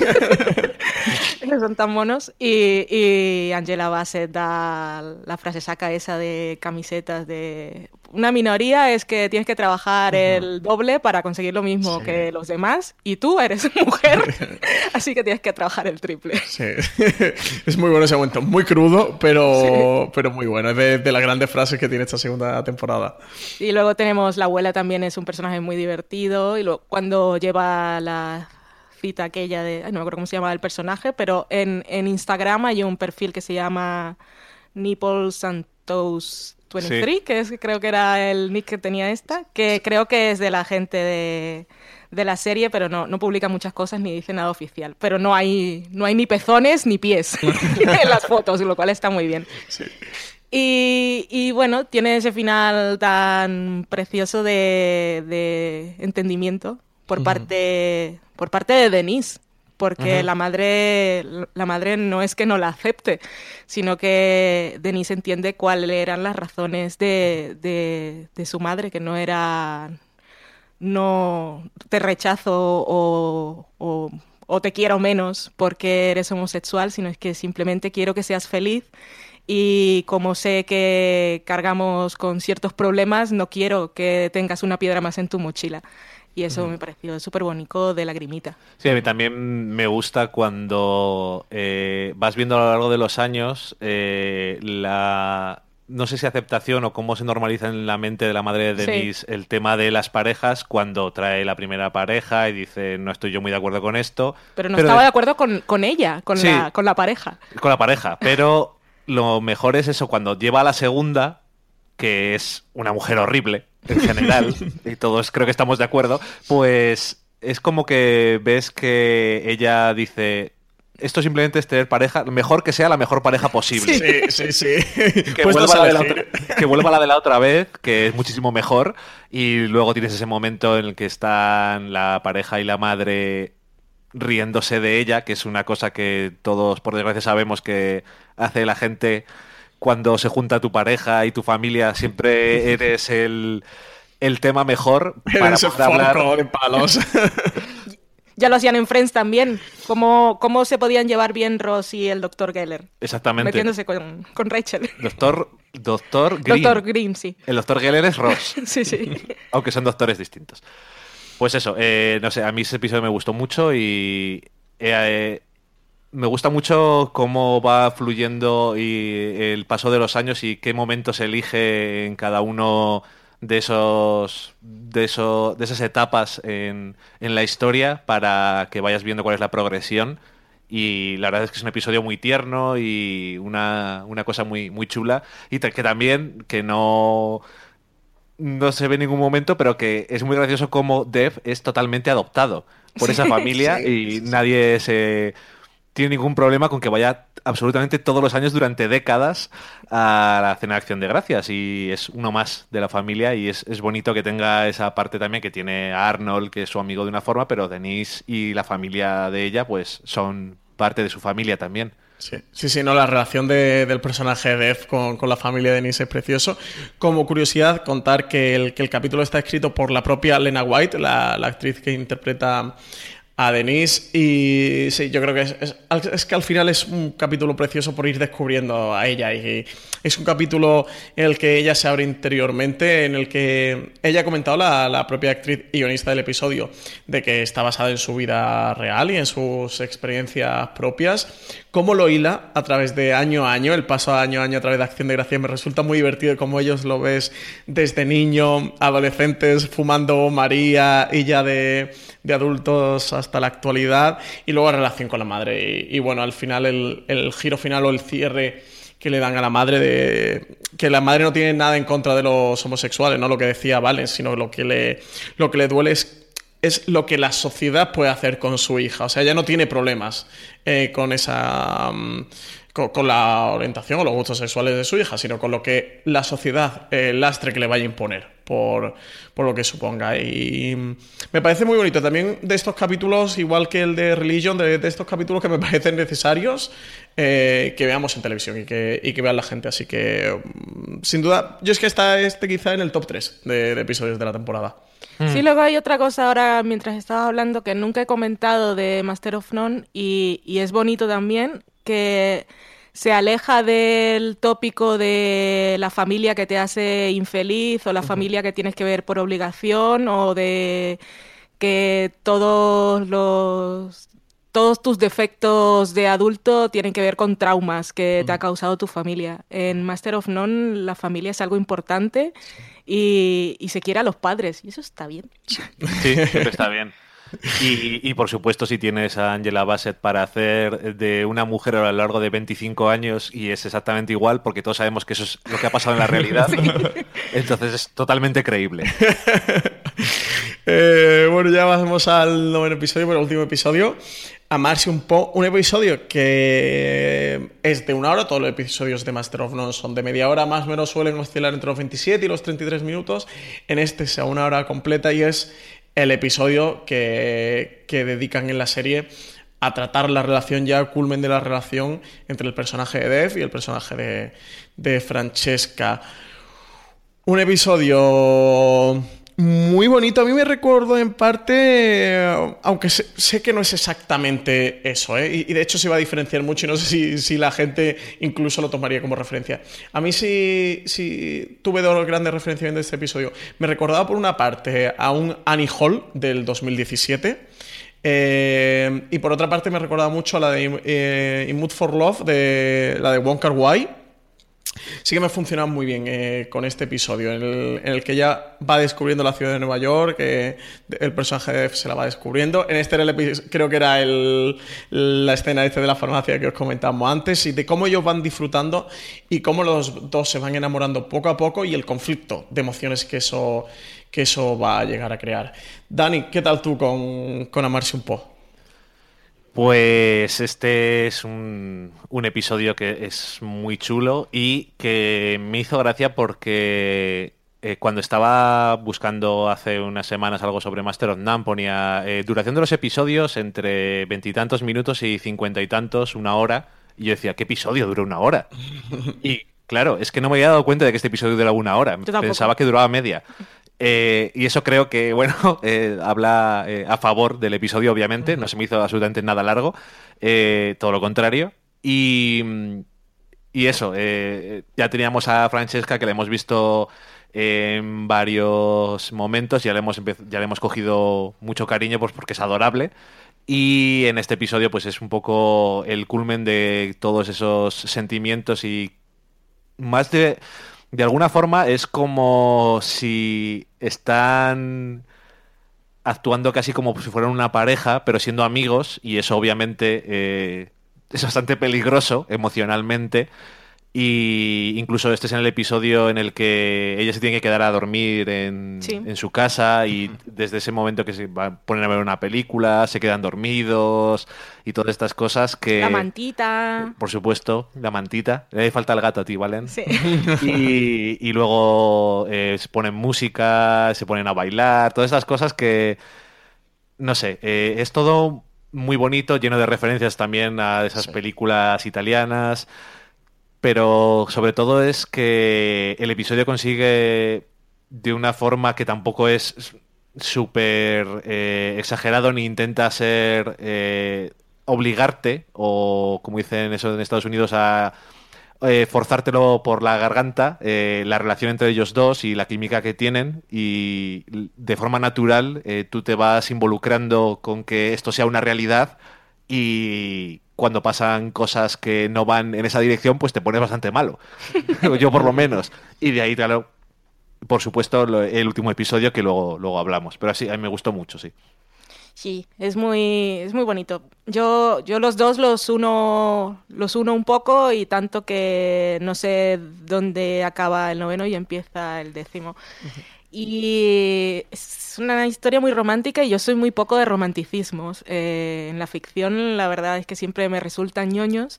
Son tan monos. Y Angela Bassett da la frase saca esa de camisetas de una minoría es que tienes que trabajar el doble para conseguir lo mismo que los demás, y tú eres mujer, así que tienes que trabajar el triple. Sí. Es muy bueno ese momento, muy crudo, pero muy bueno. Es de las grandes frases que tiene esta segunda temporada. Y luego tenemos la abuela, también es un personaje muy divertido, y luego cuando lleva la cita aquella de... no me acuerdo cómo se llama el personaje, pero en Instagram hay un perfil que se llama Nipples and Toes 23, que creo que era el nick que tenía esta, que creo que es de la gente de la serie, pero no publica muchas cosas ni dice nada oficial. Pero no hay ni pezones ni pies en las fotos, lo cual está muy bien. Sí. Y bueno, tiene ese final tan precioso de entendimiento por parte de Denise, porque la madre no es que no la acepte, sino que Denise entiende cuáles eran las razones de su madre, que no era no te rechazo o te quiero menos porque eres homosexual, sino es que simplemente quiero que seas feliz. Y como sé que cargamos con ciertos problemas, no quiero que tengas una piedra más en tu mochila. Y eso me pareció súper bonito, de lagrimita. Sí, a mí también me gusta cuando vas viendo a lo largo de los años no sé si aceptación o cómo se normaliza en la mente de la madre de Denise el tema de las parejas, cuando trae la primera pareja y dice, no estoy yo muy de acuerdo con esto. Pero estaba de acuerdo con ella, con la pareja. Con la pareja, pero lo mejor es eso, cuando lleva a la segunda, que es una mujer horrible. en general, y todos creo que estamos de acuerdo, pues es como que ves que ella dice... Esto simplemente es tener pareja, mejor que sea la mejor pareja posible. Sí. Que vuelva la de la otra vez, que es muchísimo mejor, y luego tienes ese momento en el que están la pareja y la madre riéndose de ella, que es una cosa que todos, por desgracia, sabemos que hace la gente cuando se junta tu pareja y tu familia, siempre eres el tema mejor para poder hablar de palos. Ya lo hacían en Friends también. ¿Cómo se podían llevar bien Ross y el Dr. Geller? Exactamente. Metiéndose con Rachel. Doctor Green. Dr. Green, sí. El Dr. Geller es Ross. Sí. Aunque son doctores distintos. Pues eso, no sé, a mí ese episodio me gustó mucho y me gusta mucho cómo va fluyendo y el paso de los años y qué momentos elige en cada uno de esas etapas en la historia para que vayas viendo cuál es la progresión. Y la verdad es que es un episodio muy tierno y una cosa muy, muy chula. Y que también, que no se ve en ningún momento, pero que es muy gracioso cómo Dev es totalmente adoptado por esa familia y nadie tiene ningún problema con que vaya absolutamente todos los años durante décadas a la Cena de Acción de Gracias, y es uno más de la familia, y es bonito que tenga esa parte también, que tiene a Arnold, que es su amigo de una forma, pero Denise y la familia de ella pues son parte de su familia también. Sí, no, la relación del personaje de Dev con la familia de Denise es precioso. Como curiosidad, contar que el capítulo está escrito por la propia Lena White, la actriz que interpreta a Denise, y sí, yo creo que es que al final es un capítulo precioso por ir descubriendo a ella, y es un capítulo en el que ella se abre interiormente, en el que ella ha comentado, la propia actriz y guionista del episodio, de que está basada en su vida real y en sus experiencias propias. Cómo lo hila a través de año a año, el paso a año a través de Acción de Gracias, me resulta muy divertido cómo ellos lo ves desde niño, adolescentes, fumando María, y ya de adultos hasta la actualidad, y luego la relación con la madre. Y bueno, al final el giro final o el cierre que le dan a la madre, de que la madre no tiene nada en contra de los homosexuales, no lo que decía Valen, sino lo que le duele es lo que la sociedad puede hacer con su hija. O sea, ella no tiene problemas con esa... Con la orientación o los gustos sexuales de su hija, sino con lo que la sociedad, el lastre que le vaya a imponer por lo que suponga. Y me parece muy bonito también de estos capítulos, igual que el de Religion, de estos capítulos que me parecen necesarios que veamos en televisión y que vean la gente. Así que, sin duda, yo es que está quizá en el top 3 de episodios de la temporada. Sí, luego hay otra cosa ahora, mientras estaba hablando, que nunca he comentado de Master of None, y es bonito también, que se aleja del tópico de la familia que te hace infeliz, o la familia que tienes que ver por obligación, o de que todos tus defectos de adulto tienen que ver con traumas que te ha causado tu familia. En Master of None la familia es algo importante y se quiere a los padres, y eso está bien. Sí, siempre está bien. Y por supuesto, si tienes a Angela Bassett para hacer de una mujer a lo largo de 25 años y es exactamente igual, porque todos sabemos que eso es lo que ha pasado en la realidad, entonces es totalmente creíble. Bueno, ya vamos al noveno episodio, pero el último episodio. Amarse un episodio que es de 1 hora. Todos los episodios de Master of None son de media hora, más o menos suelen oscilar entre los 27 y los 33 minutos. En este es a 1 hora completa, y es el episodio que dedican en la serie a tratar la relación, ya culmen de la relación entre el personaje de Dev y el personaje de Francesca. Un episodio muy bonito. A mí me recordó en parte, aunque sé que no es exactamente eso, y de hecho se va a diferenciar mucho, y no sé si la gente incluso lo tomaría como referencia. A mí sí tuve 2 grandes referencias de este episodio. Me recordaba por una parte a un Annie Hall del 2017, y por otra parte me recordaba mucho a la de In Mood for Love, la de Wong Kar-wai. sí que me funciona muy bien con este episodio, en el que ella va descubriendo la ciudad de Nueva York, que el personaje de Def se la va descubriendo. En este era creo que era la escena de la farmacia que os comentábamos antes, y de cómo ellos van disfrutando y cómo los dos se van enamorando poco a poco y el conflicto de emociones que eso va a llegar a crear. Dani, ¿qué tal tú con Amarse un po'? Pues este es un episodio que es muy chulo y que me hizo gracia porque cuando estaba buscando hace unas semanas algo sobre Master of None ponía duración de los episodios entre 20 y tantos minutos y 50 y tantos, una hora, y yo decía, ¿qué episodio dura una hora? Y claro, es que no me había dado cuenta de que este episodio dura una hora, pensaba que duraba media. Y eso creo que, bueno, habla a favor del episodio, obviamente. No se me hizo absolutamente nada largo. Todo lo contrario. Y eso, ya teníamos a Francesca, que la hemos visto en varios momentos. Ya le hemos cogido mucho cariño, pues porque es adorable. Y en este episodio, pues es un poco el culmen de todos esos sentimientos y más de alguna forma es como si están actuando casi como si fueran una pareja, pero siendo amigos, y eso obviamente es bastante peligroso emocionalmente. Y incluso este es en el episodio en el que ella se tiene que quedar a dormir en su casa y desde ese momento que se ponen a ver una película, se quedan dormidos y todas estas cosas que... La mantita. Por supuesto, la mantita. Le falta el gato a ti, ¿valen? Sí. Y luego se ponen música, se ponen a bailar, todas estas cosas que... No sé, es todo muy bonito, lleno de referencias también a esas películas italianas. Pero sobre todo es que el episodio consigue de una forma que tampoco es súper exagerado ni intenta ser obligarte o, como dicen eso en Estados Unidos, a forzártelo por la garganta, la relación entre ellos dos y la química que tienen, y de forma natural tú te vas involucrando con que esto sea una realidad, y cuando pasan cosas que no van en esa dirección, pues te pones bastante malo. Yo por lo menos. Y de ahí, claro, por supuesto, el último episodio que luego hablamos. Pero así, a mí me gustó mucho, sí. Sí, es muy bonito. Yo los dos los uno un poco, y tanto que no sé dónde acaba el 9º y empieza el 10º. Uh-huh. Y es una historia muy romántica y yo soy muy poco de romanticismos. En la ficción la verdad es que siempre me resultan ñoños.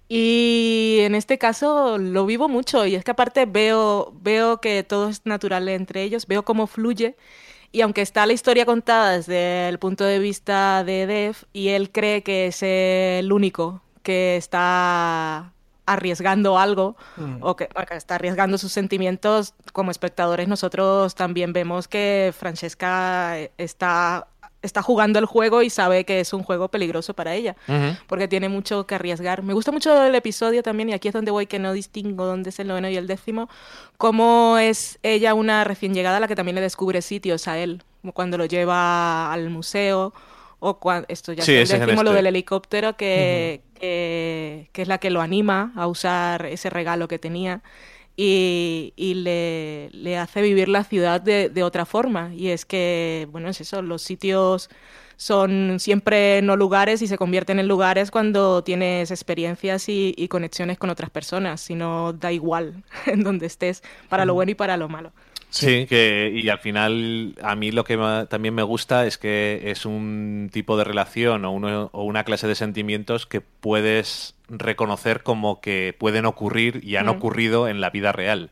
Y en este caso lo vivo mucho, y es que aparte veo que todo es natural entre ellos, veo cómo fluye. Y aunque está la historia contada desde el punto de vista de Def, y él cree que es el único que está arriesgando algo, o que está arriesgando sus sentimientos, como espectadores nosotros también vemos que Francesca está jugando el juego y sabe que es un juego peligroso para ella, porque tiene mucho que arriesgar. Me gusta mucho el episodio también, y aquí es donde voy, que no distingo dónde es el 9º y el 10º, cómo es ella una recién llegada a la que también le descubre sitios a él, como cuando lo lleva al museo, o cuando, esto ya es el 10º, lo del helicóptero, que es la que lo anima a usar ese regalo que tenía. Y le hace vivir la ciudad de otra forma. Y es que, bueno, es eso, los sitios son siempre no lugares y se convierten en lugares cuando tienes experiencias y conexiones con otras personas. Si no, da igual en donde estés, para lo bueno y para lo malo. Sí, y al final a mí lo que también me gusta es que es un tipo de relación o una clase de sentimientos que puedes reconocer como que pueden ocurrir y han ocurrido en la vida real.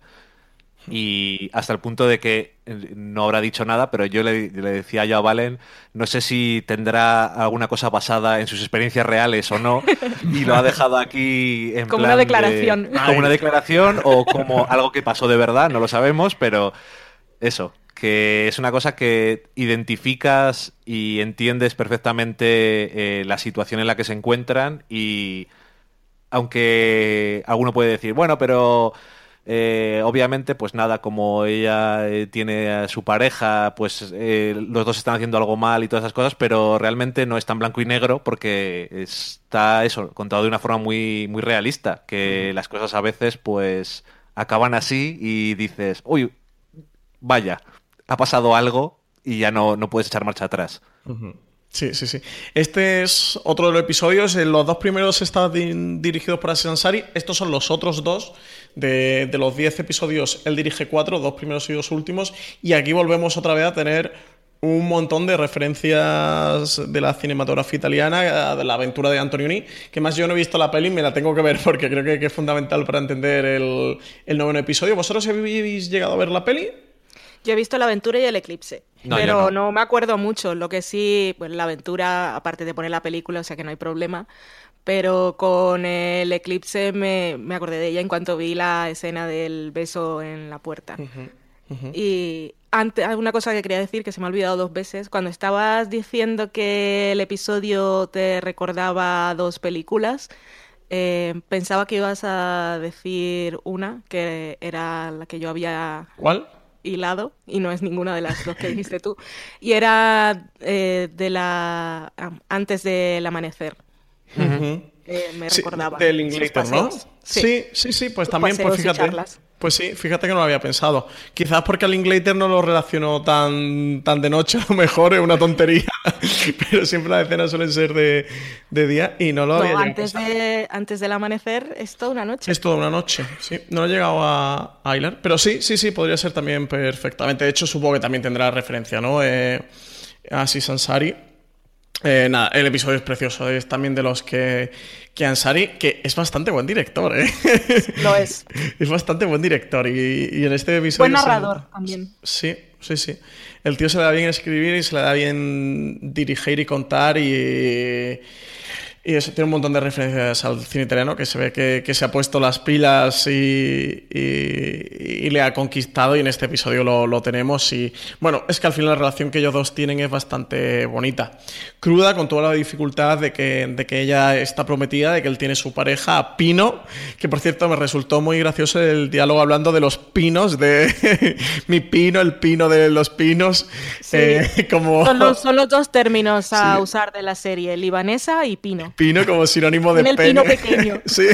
Y hasta el punto de que no habrá dicho nada, pero yo le decía yo a Valen, no sé si tendrá alguna cosa basada en sus experiencias reales o no, y lo ha dejado aquí en como plan una declaración. Como una declaración o como algo que pasó de verdad, no lo sabemos, pero eso, que es una cosa que identificas y entiendes perfectamente la situación en la que se encuentran, y aunque alguno puede decir, bueno, pero... obviamente, pues nada, como ella tiene a su pareja, pues los dos están haciendo algo mal y todas esas cosas, pero realmente no es tan blanco y negro, porque está eso contado de una forma muy, muy realista, que las cosas a veces pues acaban así y dices, uy, vaya, ha pasado algo y ya no puedes echar marcha atrás. Sí, sí, sí. Este es otro de los episodios. Los dos primeros están dirigidos por Aziz Ansari. Estos son los otros dos. De los 10 episodios, él dirige 4, 2 primeros y 2 últimos. Y aquí volvemos otra vez a tener un montón de referencias de la cinematografía italiana, de la aventura de Antonioni, que más yo no he visto la peli, me la tengo que ver porque creo que es fundamental para entender el noveno episodio. ¿Vosotros habéis llegado a ver la peli? Yo he visto La Aventura y El Eclipse, pero no me acuerdo mucho. Lo que sí, pues La Aventura, aparte de poner la película, o sea que no hay problema, pero con El Eclipse me acordé de ella en cuanto vi la escena del beso en la puerta. Y antes, una cosa que quería decir, que se me ha olvidado 2 veces, cuando estabas diciendo que el episodio te recordaba 2 películas, pensaba que ibas a decir una, que era la que yo había... ¿Cuál? hilado, y no es ninguna de las 2 que dijiste tú, y era antes del amanecer. Me recordaba. Del Linklater, ¿no? Sí, pues también, pues fíjate. Pues sí, fíjate que no lo había pensado. Quizás porque al Linklater no lo relaciono tan de noche, a lo mejor es una tontería, pero siempre las escenas suelen ser de día y no lo había antes del amanecer es toda una noche. Es toda una noche, sí. No lo he llegado a hilar, pero sí, podría ser también perfectamente. De hecho, supongo que también tendrá referencia, ¿no? A Aziz Ansari. Nada, el episodio es precioso, es también de los que Ansari, que es bastante buen director, ¿eh? Lo es. Es bastante buen director y en este episodio... Buen narrador también. Sí. El tío se le da bien escribir y se le da bien dirigir y contar y eso, tiene un montón de referencias al cine italiano, que se ve que se ha puesto las pilas y le ha conquistado, y en este episodio lo tenemos. Y bueno, es que al final la relación que ellos dos tienen es bastante bonita. Cruda, con toda la dificultad de que ella está prometida, de que él tiene su pareja, Pino, que por cierto me resultó muy gracioso el diálogo hablando de los pinos, de mi pino, el pino de los pinos. Sí. Son los 2 términos a usar de la serie, libanesa y pino. Pino como sinónimo de pene. El pino pequeño. Sí.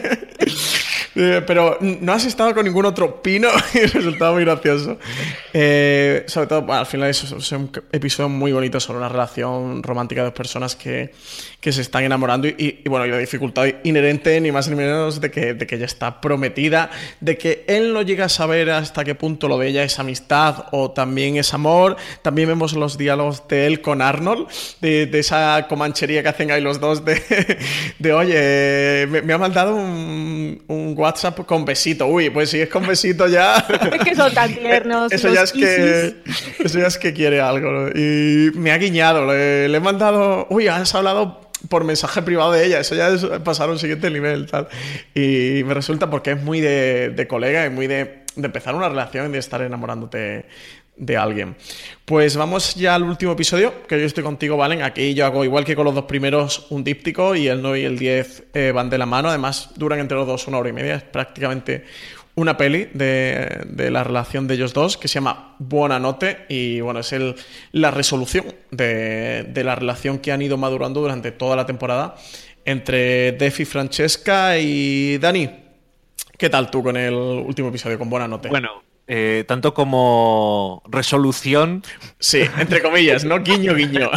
Pero no has estado con ningún otro pino y resultaba muy gracioso. Sobre todo, bueno, al final es un episodio muy bonito sobre una relación romántica de 2 personas que se están enamorando y bueno, y la dificultad inherente ni más ni menos de que ella está prometida, de que él no llega a saber hasta qué punto lo de ella es amistad o también es amor. También vemos los diálogos de él con Arnold, de esa comanchería que hacen ahí los dos de oye, me ha mandado un WhatsApp con besito. Uy, pues si es con besito ya... Es que son tan tiernos. Eso ya es que quiere algo, ¿no? Y me ha guiñado, le he mandado... Uy, has hablado por mensaje privado de ella. Eso ya es pasar a un siguiente nivel, tal. Y me resulta porque es muy de colega y muy de empezar una relación y de estar enamorándote de alguien. Pues vamos ya al último episodio, que yo estoy contigo, Valen. Aquí yo hago, igual que con los 2 primeros, un díptico, y el 9 y el 10 van de la mano. Además, duran entre los 2 1 hora y media. Es prácticamente una peli de la relación de ellos dos, que se llama Buonanotte, y bueno, es la resolución de la relación que han ido madurando durante toda la temporada entre Def y Francesca. Y Dani, ¿qué tal tú con el último episodio, con Buonanotte? Bueno, tanto como resolución... Sí, entre comillas, ¿no? Guiño, guiño.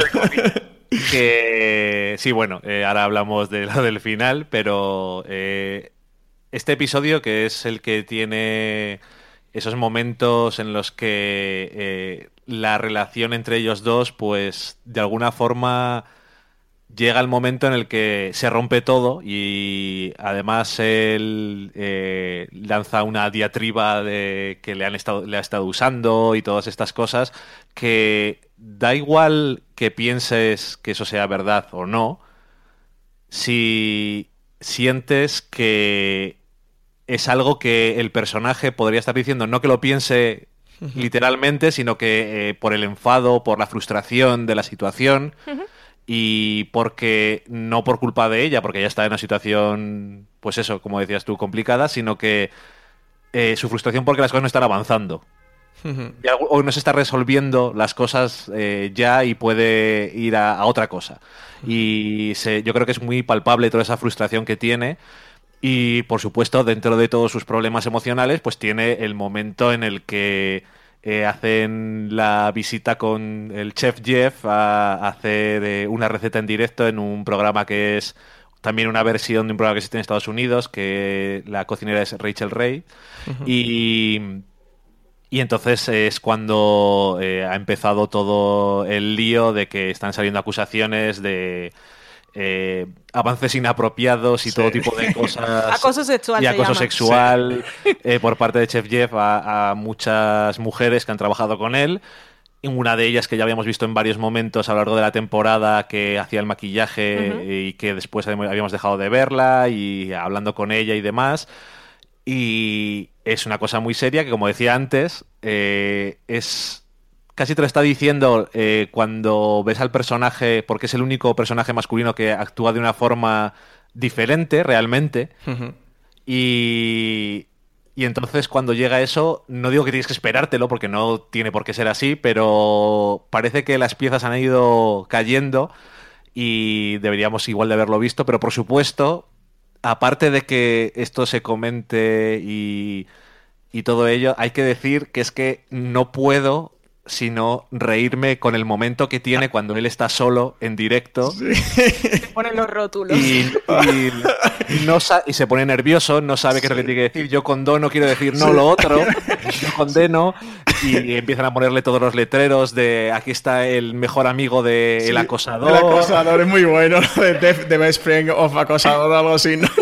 Que sí, bueno, ahora hablamos de lo del final, pero este episodio, que es el que tiene esos momentos en los que la relación entre ellos dos, pues de alguna forma llega el momento en el que se rompe todo, y además él lanza una diatriba de que le ha estado usando y todas estas cosas, que da igual que pienses que eso sea verdad o no, si sientes que es algo que el personaje podría estar diciendo, no que lo piense literalmente, sino que por el enfado, por la frustración de la situación, y porque no por culpa de ella, porque ella está en una situación, pues eso, como decías tú, complicada, sino que su frustración porque las cosas no están avanzando. O no se está resolviendo las cosas ya, y puede ir a otra cosa. Y yo creo que es muy palpable toda esa frustración que tiene. Y, por supuesto, dentro de todos sus problemas emocionales, pues tiene el momento en el que hacen la visita con el chef Jeff a hacer una receta en directo en un programa que es también una versión de un programa que existe en Estados Unidos, que la cocinera es Rachel Ray. Y entonces es cuando ha empezado todo el lío de que están saliendo acusaciones de avances inapropiados y todo tipo de cosas. Acoso sexual. Y acoso sexual por parte de Chef Jeff a muchas mujeres que han trabajado con él. Y una de ellas que ya habíamos visto en varios momentos a lo largo de la temporada, que hacía el maquillaje y que después habíamos dejado de verla y hablando con ella y demás. Y es una cosa muy seria que, como decía antes, es casi te lo está diciendo cuando ves al personaje, porque es el único personaje masculino que actúa de una forma diferente realmente. Y entonces cuando llega eso, no digo que tienes que esperártelo porque no tiene por qué ser así, pero parece que las piezas han ido cayendo y deberíamos igual de haberlo visto, pero por supuesto, aparte de que esto se comente y todo ello, hay que decir que es que no puedo sino reírme con el momento que tiene cuando él está solo en directo. Se ponen los rótulos. Y se pone nervioso, no sabe qué es lo que tiene que decir. Yo condono, quiero decir no lo otro. Yo condeno. Y empiezan a ponerle todos los letreros de aquí está el mejor amigo del acosador. El acosador es muy bueno. The best friend of acosador, algo así, ¿no?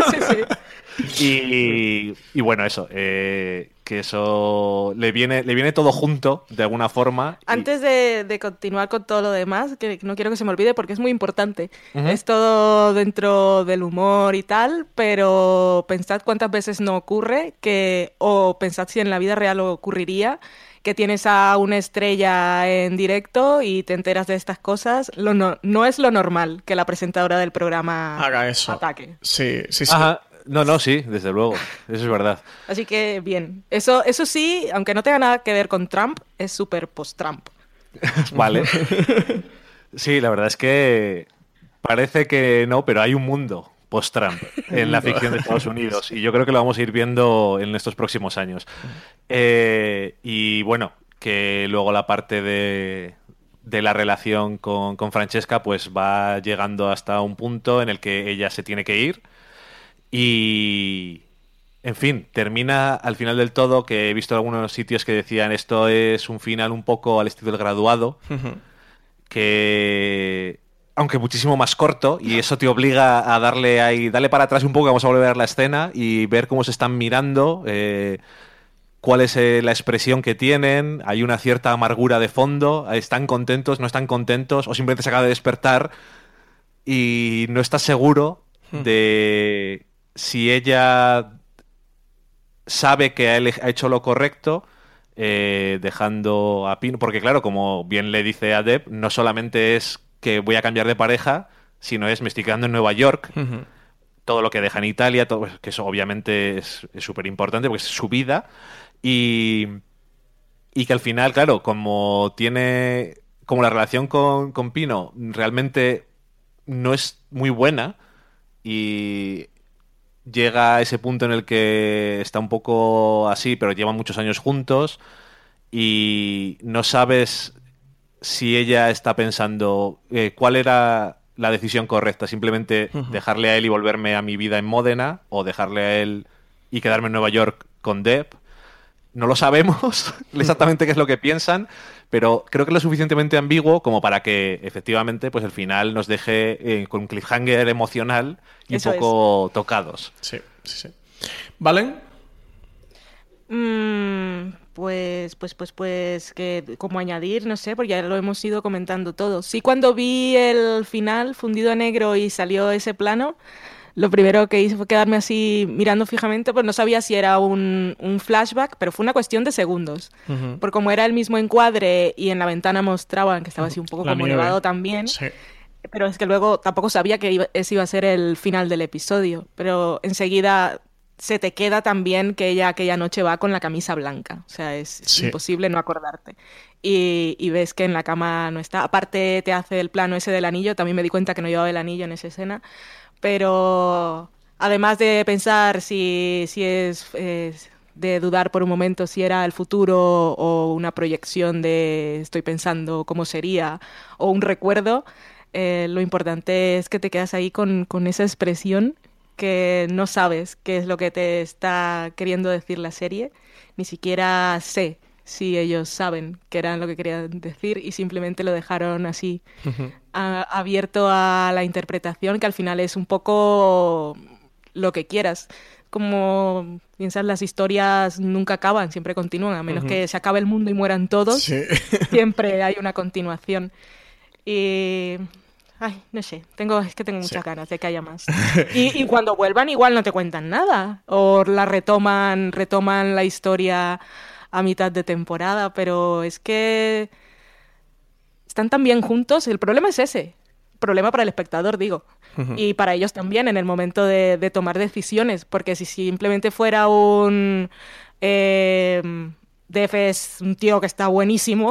Y bueno, eso, que eso le viene todo junto de alguna forma. Antes de continuar con todo lo demás, que no quiero que se me olvide porque es muy importante. Es todo dentro del humor y tal, pero pensad cuántas veces no ocurre o pensad si en la vida real ocurriría que tienes a una estrella en directo y te enteras de estas cosas. No es lo normal que la presentadora del programa haga eso. Ataque. Sí. Ajá. No, sí, desde luego. Eso es verdad. Así que, bien. Eso sí, aunque no tenga nada que ver con Trump, es súper post-Trump. Vale. Sí, la verdad es que parece que no, pero hay un mundo post-Trump en la ficción de Estados Unidos y yo creo que lo vamos a ir viendo en estos próximos años. Y bueno, que luego la parte de la relación con Francesca pues va llegando hasta un punto en el que ella se tiene que ir. Y, en fin, termina al final del todo, que he visto algunos sitios que decían esto es un final un poco al estilo del Graduado, que aunque muchísimo más corto, y eso te obliga a dale para atrás un poco, vamos a volver a ver la escena y ver cómo se están mirando, cuál es la expresión que tienen, hay una cierta amargura de fondo, están contentos, no están contentos, o simplemente se acaba de despertar y no estás seguro de si ella sabe que él ha hecho lo correcto dejando a Pino, porque claro, como bien le dice a Deb, no solamente es que voy a cambiar de pareja, sino es me estoy quedando en Nueva York, todo lo que deja en Italia, todo, que eso obviamente es súper importante porque es su vida y que al final, claro, como la relación con Pino realmente no es muy buena y llega a ese punto en el que está un poco así, pero llevan muchos años juntos y no sabes si ella está pensando cuál era la decisión correcta, simplemente dejarle a él y volverme a mi vida en Módena o dejarle a él y quedarme en Nueva York con Deb. No lo sabemos exactamente qué es lo que piensan, pero creo que es lo suficientemente ambiguo como para que efectivamente pues el final nos deje con un cliffhanger emocional y eso un poco tocados. Sí. ¿Valen? Pues que como añadir, no sé, porque ya lo hemos ido comentando todo. Sí, cuando vi el final fundido a negro y salió ese plano, lo primero que hice fue quedarme así mirando fijamente, pues no sabía si era un flashback, pero fue una cuestión de segundos. Por como era el mismo encuadre y en la ventana mostraban que estaba así un poco como nevado también. Sí. Pero es que luego tampoco sabía que ese iba a ser el final del episodio. Pero enseguida se te queda también que ella aquella noche va con la camisa blanca. O sea, es imposible no acordarte. Y ves que en la cama no está. Aparte te hace el plano ese del anillo. También me di cuenta que no llevaba el anillo en esa escena. Pero además de pensar si es de dudar por un momento si era el futuro o una proyección de estoy pensando cómo sería o un recuerdo, lo importante es que te quedas ahí con esa expresión que no sabes qué es lo que te está queriendo decir la serie, ni siquiera sé si ellos saben qué era lo que querían decir y simplemente lo dejaron así abierto a la interpretación, que al final es un poco lo que quieras. Como piensas, las historias nunca acaban, siempre continúan, a menos que se acabe el mundo y mueran todos, sí. Siempre hay una continuación. Y... ay, no sé, tengo muchas ganas de que haya más. Y cuando vuelvan igual no te cuentan nada, o la retoman la historia a mitad de temporada, pero es que están tan bien juntos, el problema es ese. Problema para el espectador, digo, y para ellos también en el momento de tomar decisiones, porque si simplemente fuera un Def es un tío que está buenísimo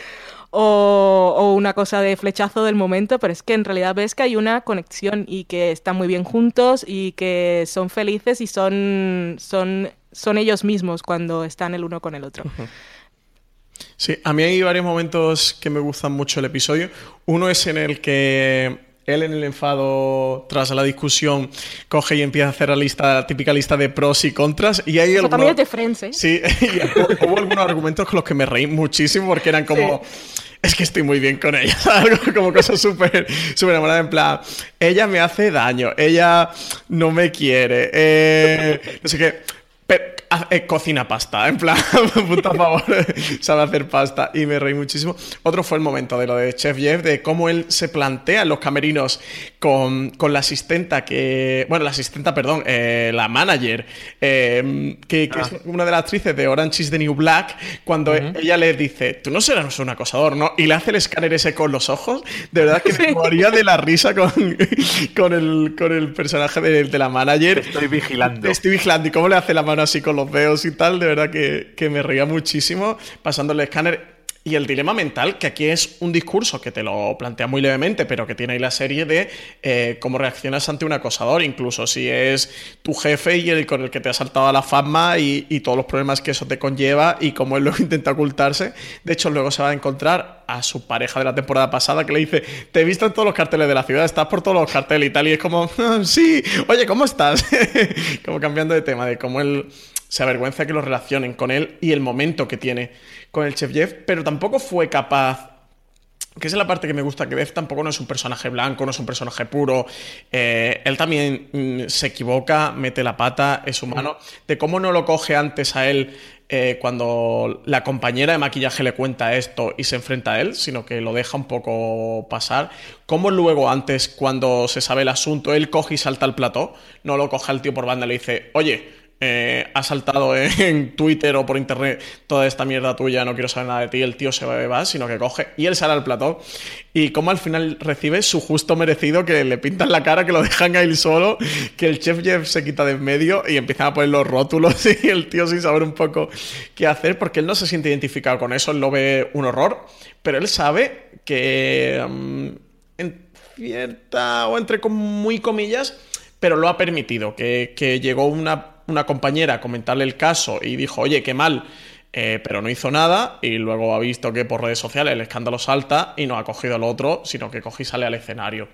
o una cosa de flechazo del momento, pero es que en realidad ves que hay una conexión y que están muy bien juntos y que son felices y son ellos mismos cuando están el uno con el otro. Sí, a mí hay varios momentos que me gustan mucho el episodio. Uno es en el que él, en el enfado, tras la discusión, coge y empieza a hacer la típica lista de pros y contras. Y hay también es de Friends, ¿eh? Sí, y hubo algunos argumentos con los que me reí muchísimo porque eran como... Sí. Es que estoy muy bien con ella, algo como cosas súper enamorada, en plan, ella me hace daño, ella no me quiere, no sé qué... cocina pasta, en plan, puta favor, sabe hacer pasta, y me reí muchísimo. Otro fue el momento de lo de Chef Jeff, de cómo él se plantea en los camerinos con la asistenta la manager, que es una de las actrices de Orange is the New Black, cuando ella le dice, tú no serás un acosador, ¿no? Y le hace el escáner ese con los ojos, de verdad que me moría de la risa con el personaje de la manager. Estoy vigilando, y cómo le hace la mano así con los dedos y tal, de verdad que me reía muchísimo pasando el escáner. Y el dilema mental, que aquí es un discurso que te lo plantea muy levemente, pero que tiene ahí la serie de cómo reaccionas ante un acosador, incluso si es tu jefe y el con el que te ha saltado a la fama y todos los problemas que eso te conlleva y cómo él luego intenta ocultarse. De hecho, luego se va a encontrar a su pareja de la temporada pasada que le dice, te he visto en todos los carteles de la ciudad, estás por todos los carteles y tal, y es como, sí, oye, ¿cómo estás? Como cambiando de tema, de cómo él se avergüenza que lo relacionen con él y el momento que tiene con el Chef Jeff, pero tampoco fue capaz, que esa es la parte que me gusta, que Jeff tampoco no es un personaje blanco, no es un personaje puro, él también se equivoca, mete la pata, es humano, de cómo no lo coge antes a él cuando la compañera de maquillaje le cuenta esto y se enfrenta a él, sino que lo deja un poco pasar, cómo luego antes, cuando se sabe el asunto, él coge y salta al plató, no lo coge al tío por banda y le dice, oye, ha saltado en Twitter o por internet toda esta mierda tuya, no quiero saber nada de ti, el tío se va, sino que coge y él sale al plató y como al final recibe su justo merecido, que le pintan la cara, que lo dejan a él solo, que el Chef Jeff se quita de en medio y empiezan a poner los rótulos y el tío sin saber un poco qué hacer, porque él no se siente identificado con eso, él lo ve un horror, pero él sabe que en cierta, o entre muy comillas, pero lo ha permitido, que llegó una compañera a comentarle el caso y dijo, oye, qué mal, pero no hizo nada, y luego ha visto que por redes sociales el escándalo salta y no ha cogido al otro, sino que coge y sale al escenario.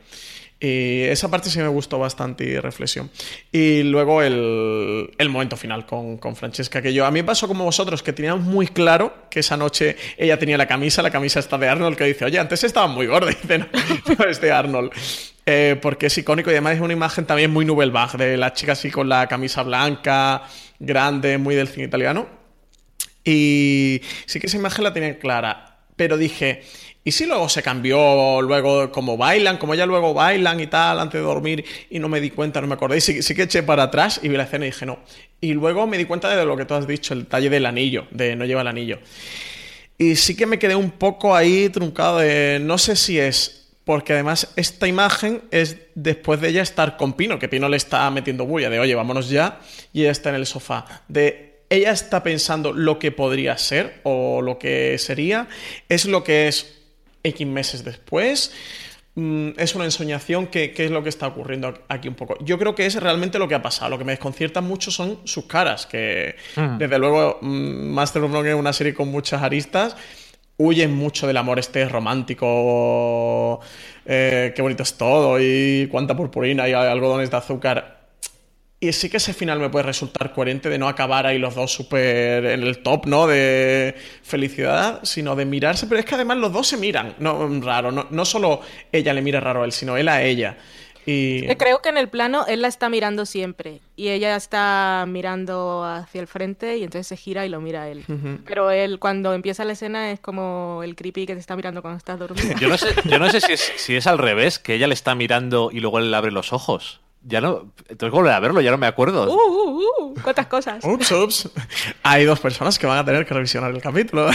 Y esa parte sí me gustó bastante y reflexión. Y luego el momento final con Francesca, que a mí me pasó como vosotros, que teníamos muy claro que esa noche ella tenía la camisa esta de Arnold, que dice, oye, antes estaba muy gorda, y dice, no es de Arnold. Porque es icónico y además es una imagen también muy Nouvelle Vague, de la chica así con la camisa blanca, grande, muy del cine italiano. Y sí que esa imagen la tenía clara, pero dije, ¿y si luego se cambió, luego como ella luego bailan y tal, antes de dormir, y no me di cuenta, no me acordé? Y sí que eché para atrás y vi la escena y dije, no. Y luego me di cuenta de lo que tú has dicho, el detalle del anillo, de no lleva el anillo. Y sí que me quedé un poco ahí truncado de, no sé si es... Porque además esta imagen es después de ella estar con Pino, que Pino le está metiendo bulla de, oye, vámonos ya, y ella está en el sofá. Ella está pensando lo que podría ser o lo que sería, es lo que es X meses después. es una ensoñación, ¿qué es lo que está ocurriendo aquí un poco? Yo creo que es realmente lo que ha pasado. Lo que me desconcierta mucho son sus caras, que desde luego Master of None es una serie con muchas aristas, huyen mucho del amor romántico, qué bonito es todo y cuánta purpurina y algodones de azúcar. Y sí que ese final me puede resultar coherente de no acabar ahí los dos súper en el top, ¿no? De felicidad, sino de mirarse. Pero es que además los dos se miran, raro. No solo ella le mira raro a él, sino él a ella. Y... Creo que en el plano él la está mirando siempre y ella está mirando hacia el frente y entonces se gira y lo mira a él. Pero él cuando empieza la escena es como el creepy que te está mirando cuando estás dormido. Yo no sé si es al revés, que ella le está mirando y luego él le abre los ojos. Ya no, entonces volver a verlo, ya no me acuerdo. ¿Cuántas cosas? Ups. Hay 2 personas que van a tener que revisionar el capítulo.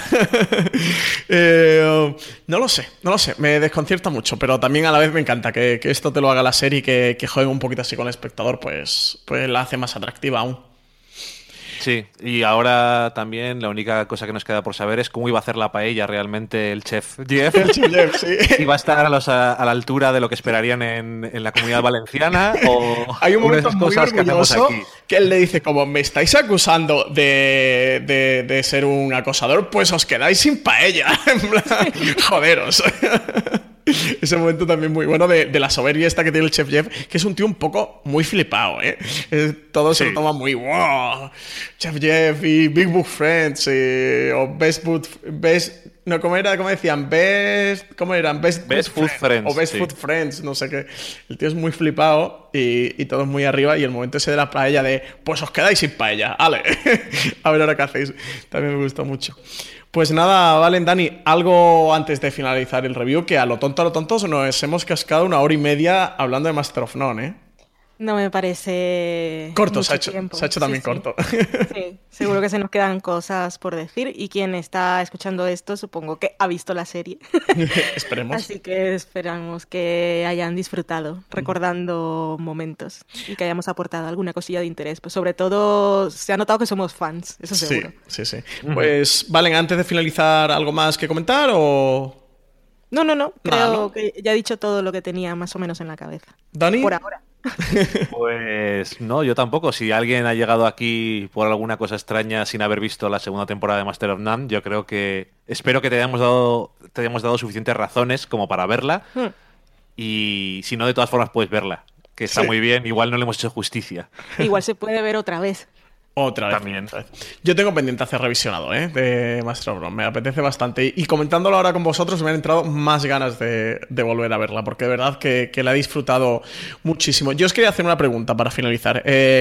No lo sé. Me desconcierta mucho, pero también a la vez me encanta que esto te lo haga la serie y que juegue un poquito así con el espectador, pues la hace más atractiva aún. Sí, y ahora también la única cosa que nos queda por saber es cómo iba a hacer la paella realmente el chef Jeff. El chef Jeff, sí. ¿Iba a estar a la altura de lo que esperarían en la Comunidad Valenciana? ¿O hay un momento esas muy cosas que hacemos aquí? Que él le dice como, me estáis acusando de ser un acosador, pues os quedáis sin paella. En plan, joderos. Ese momento también muy bueno de la soberbia esta que tiene el chef Jeff, que es un tío un poco muy flipado, ¿eh? Todo se lo toma muy wow. Chef Jeff y Big Book Friends o no, ¿cómo decían? Best Food Friends. O Best Food Friends, no sé qué. El tío es muy flipado y todo es muy arriba. Y el momento ese de la paella de, pues os quedáis sin paella, ale. A ver ahora qué hacéis. También me gusta mucho. Pues nada, Valen, Dani, algo antes de finalizar el review, que a lo tonto nos hemos cascado 1 hora y media hablando de Master of None, ¿eh? No me parece corto, mucho se ha hecho también corto. Sí, seguro que se nos quedan cosas por decir y quien está escuchando esto supongo que ha visto la serie. Esperemos. Así que esperamos que hayan disfrutado recordando momentos y que hayamos aportado alguna cosilla de interés. Pues sobre todo se ha notado que somos fans, eso seguro. Sí. Pues, Valen, antes de finalizar, ¿algo más que comentar o...? No. Creo que ya he dicho todo lo que tenía más o menos en la cabeza. ¿Dani? Por ahora. Pues no, yo tampoco. Si alguien ha llegado aquí por alguna cosa extraña sin haber visto la segunda temporada de Master of None, yo creo que espero que te hayamos dado suficientes razones como para verla. Y si no, de todas formas puedes verla, que está muy bien. Igual no le hemos hecho justicia. Igual se puede ver otra vez. Otra vez. También. Yo tengo pendiente hacer revisionado, de Master of None. Me apetece bastante. Y comentándolo ahora con vosotros me han entrado más ganas de volver a verla, porque de verdad que la he disfrutado muchísimo. Yo os quería hacer una pregunta para finalizar.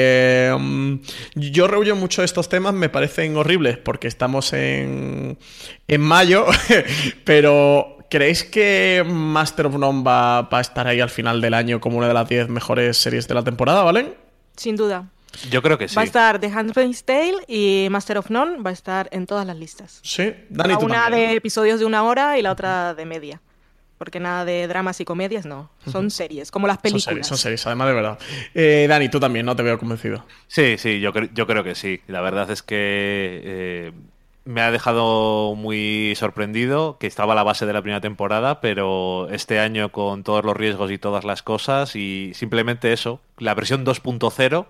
Yo rehuyo mucho estos temas, me parecen horribles, porque estamos en mayo, pero... ¿Creéis que Master of None va a estar ahí al final del año como una de las 10 mejores series de la temporada, ¿vale? Sin duda. Yo creo que sí. Va a estar The Handmaid's Tale y Master of None va a estar en todas las listas. Sí, Dani, tú una también. De episodios de 1 hora y la otra de media. Porque nada de dramas y comedias, no. Son series, como las películas. Son series, además de verdad. Dani, tú también, ¿no? Te veo convencido. Sí, yo creo que sí. La verdad es que me ha dejado muy sorprendido, que estaba a la base de la primera temporada, pero este año con todos los riesgos y todas las cosas y simplemente eso, la versión 2.0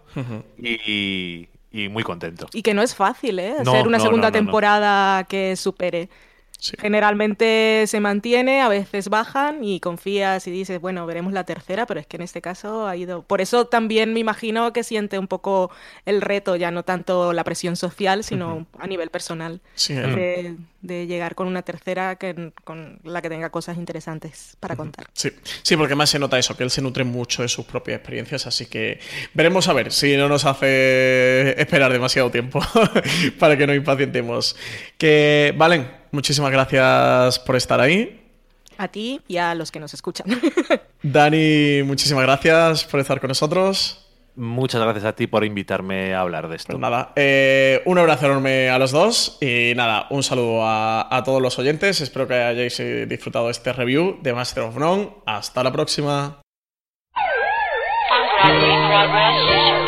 y muy contento. Y que no es fácil, hacer una segunda temporada que supere. Sí. Generalmente se mantiene, a veces bajan y confías y dices, bueno, veremos la tercera, pero es que en este caso ha ido... Por eso también me imagino que siente un poco el reto, ya no tanto la presión social, sino a nivel personal, Sí, de llegar con una tercera con la que tenga cosas interesantes para contar. Sí, porque más se nota eso, que él se nutre mucho de sus propias experiencias, así que veremos a ver si no nos hace esperar demasiado tiempo para que no impacientemos. Que, Valen, muchísimas gracias por estar ahí. A ti y a los que nos escuchan. Dani, muchísimas gracias por estar con nosotros. Muchas gracias a ti por invitarme a hablar de esto. Pues nada, un abrazo enorme a los dos y nada, un saludo a todos los oyentes. Espero que hayáis disfrutado este review de Master of None. Hasta la próxima.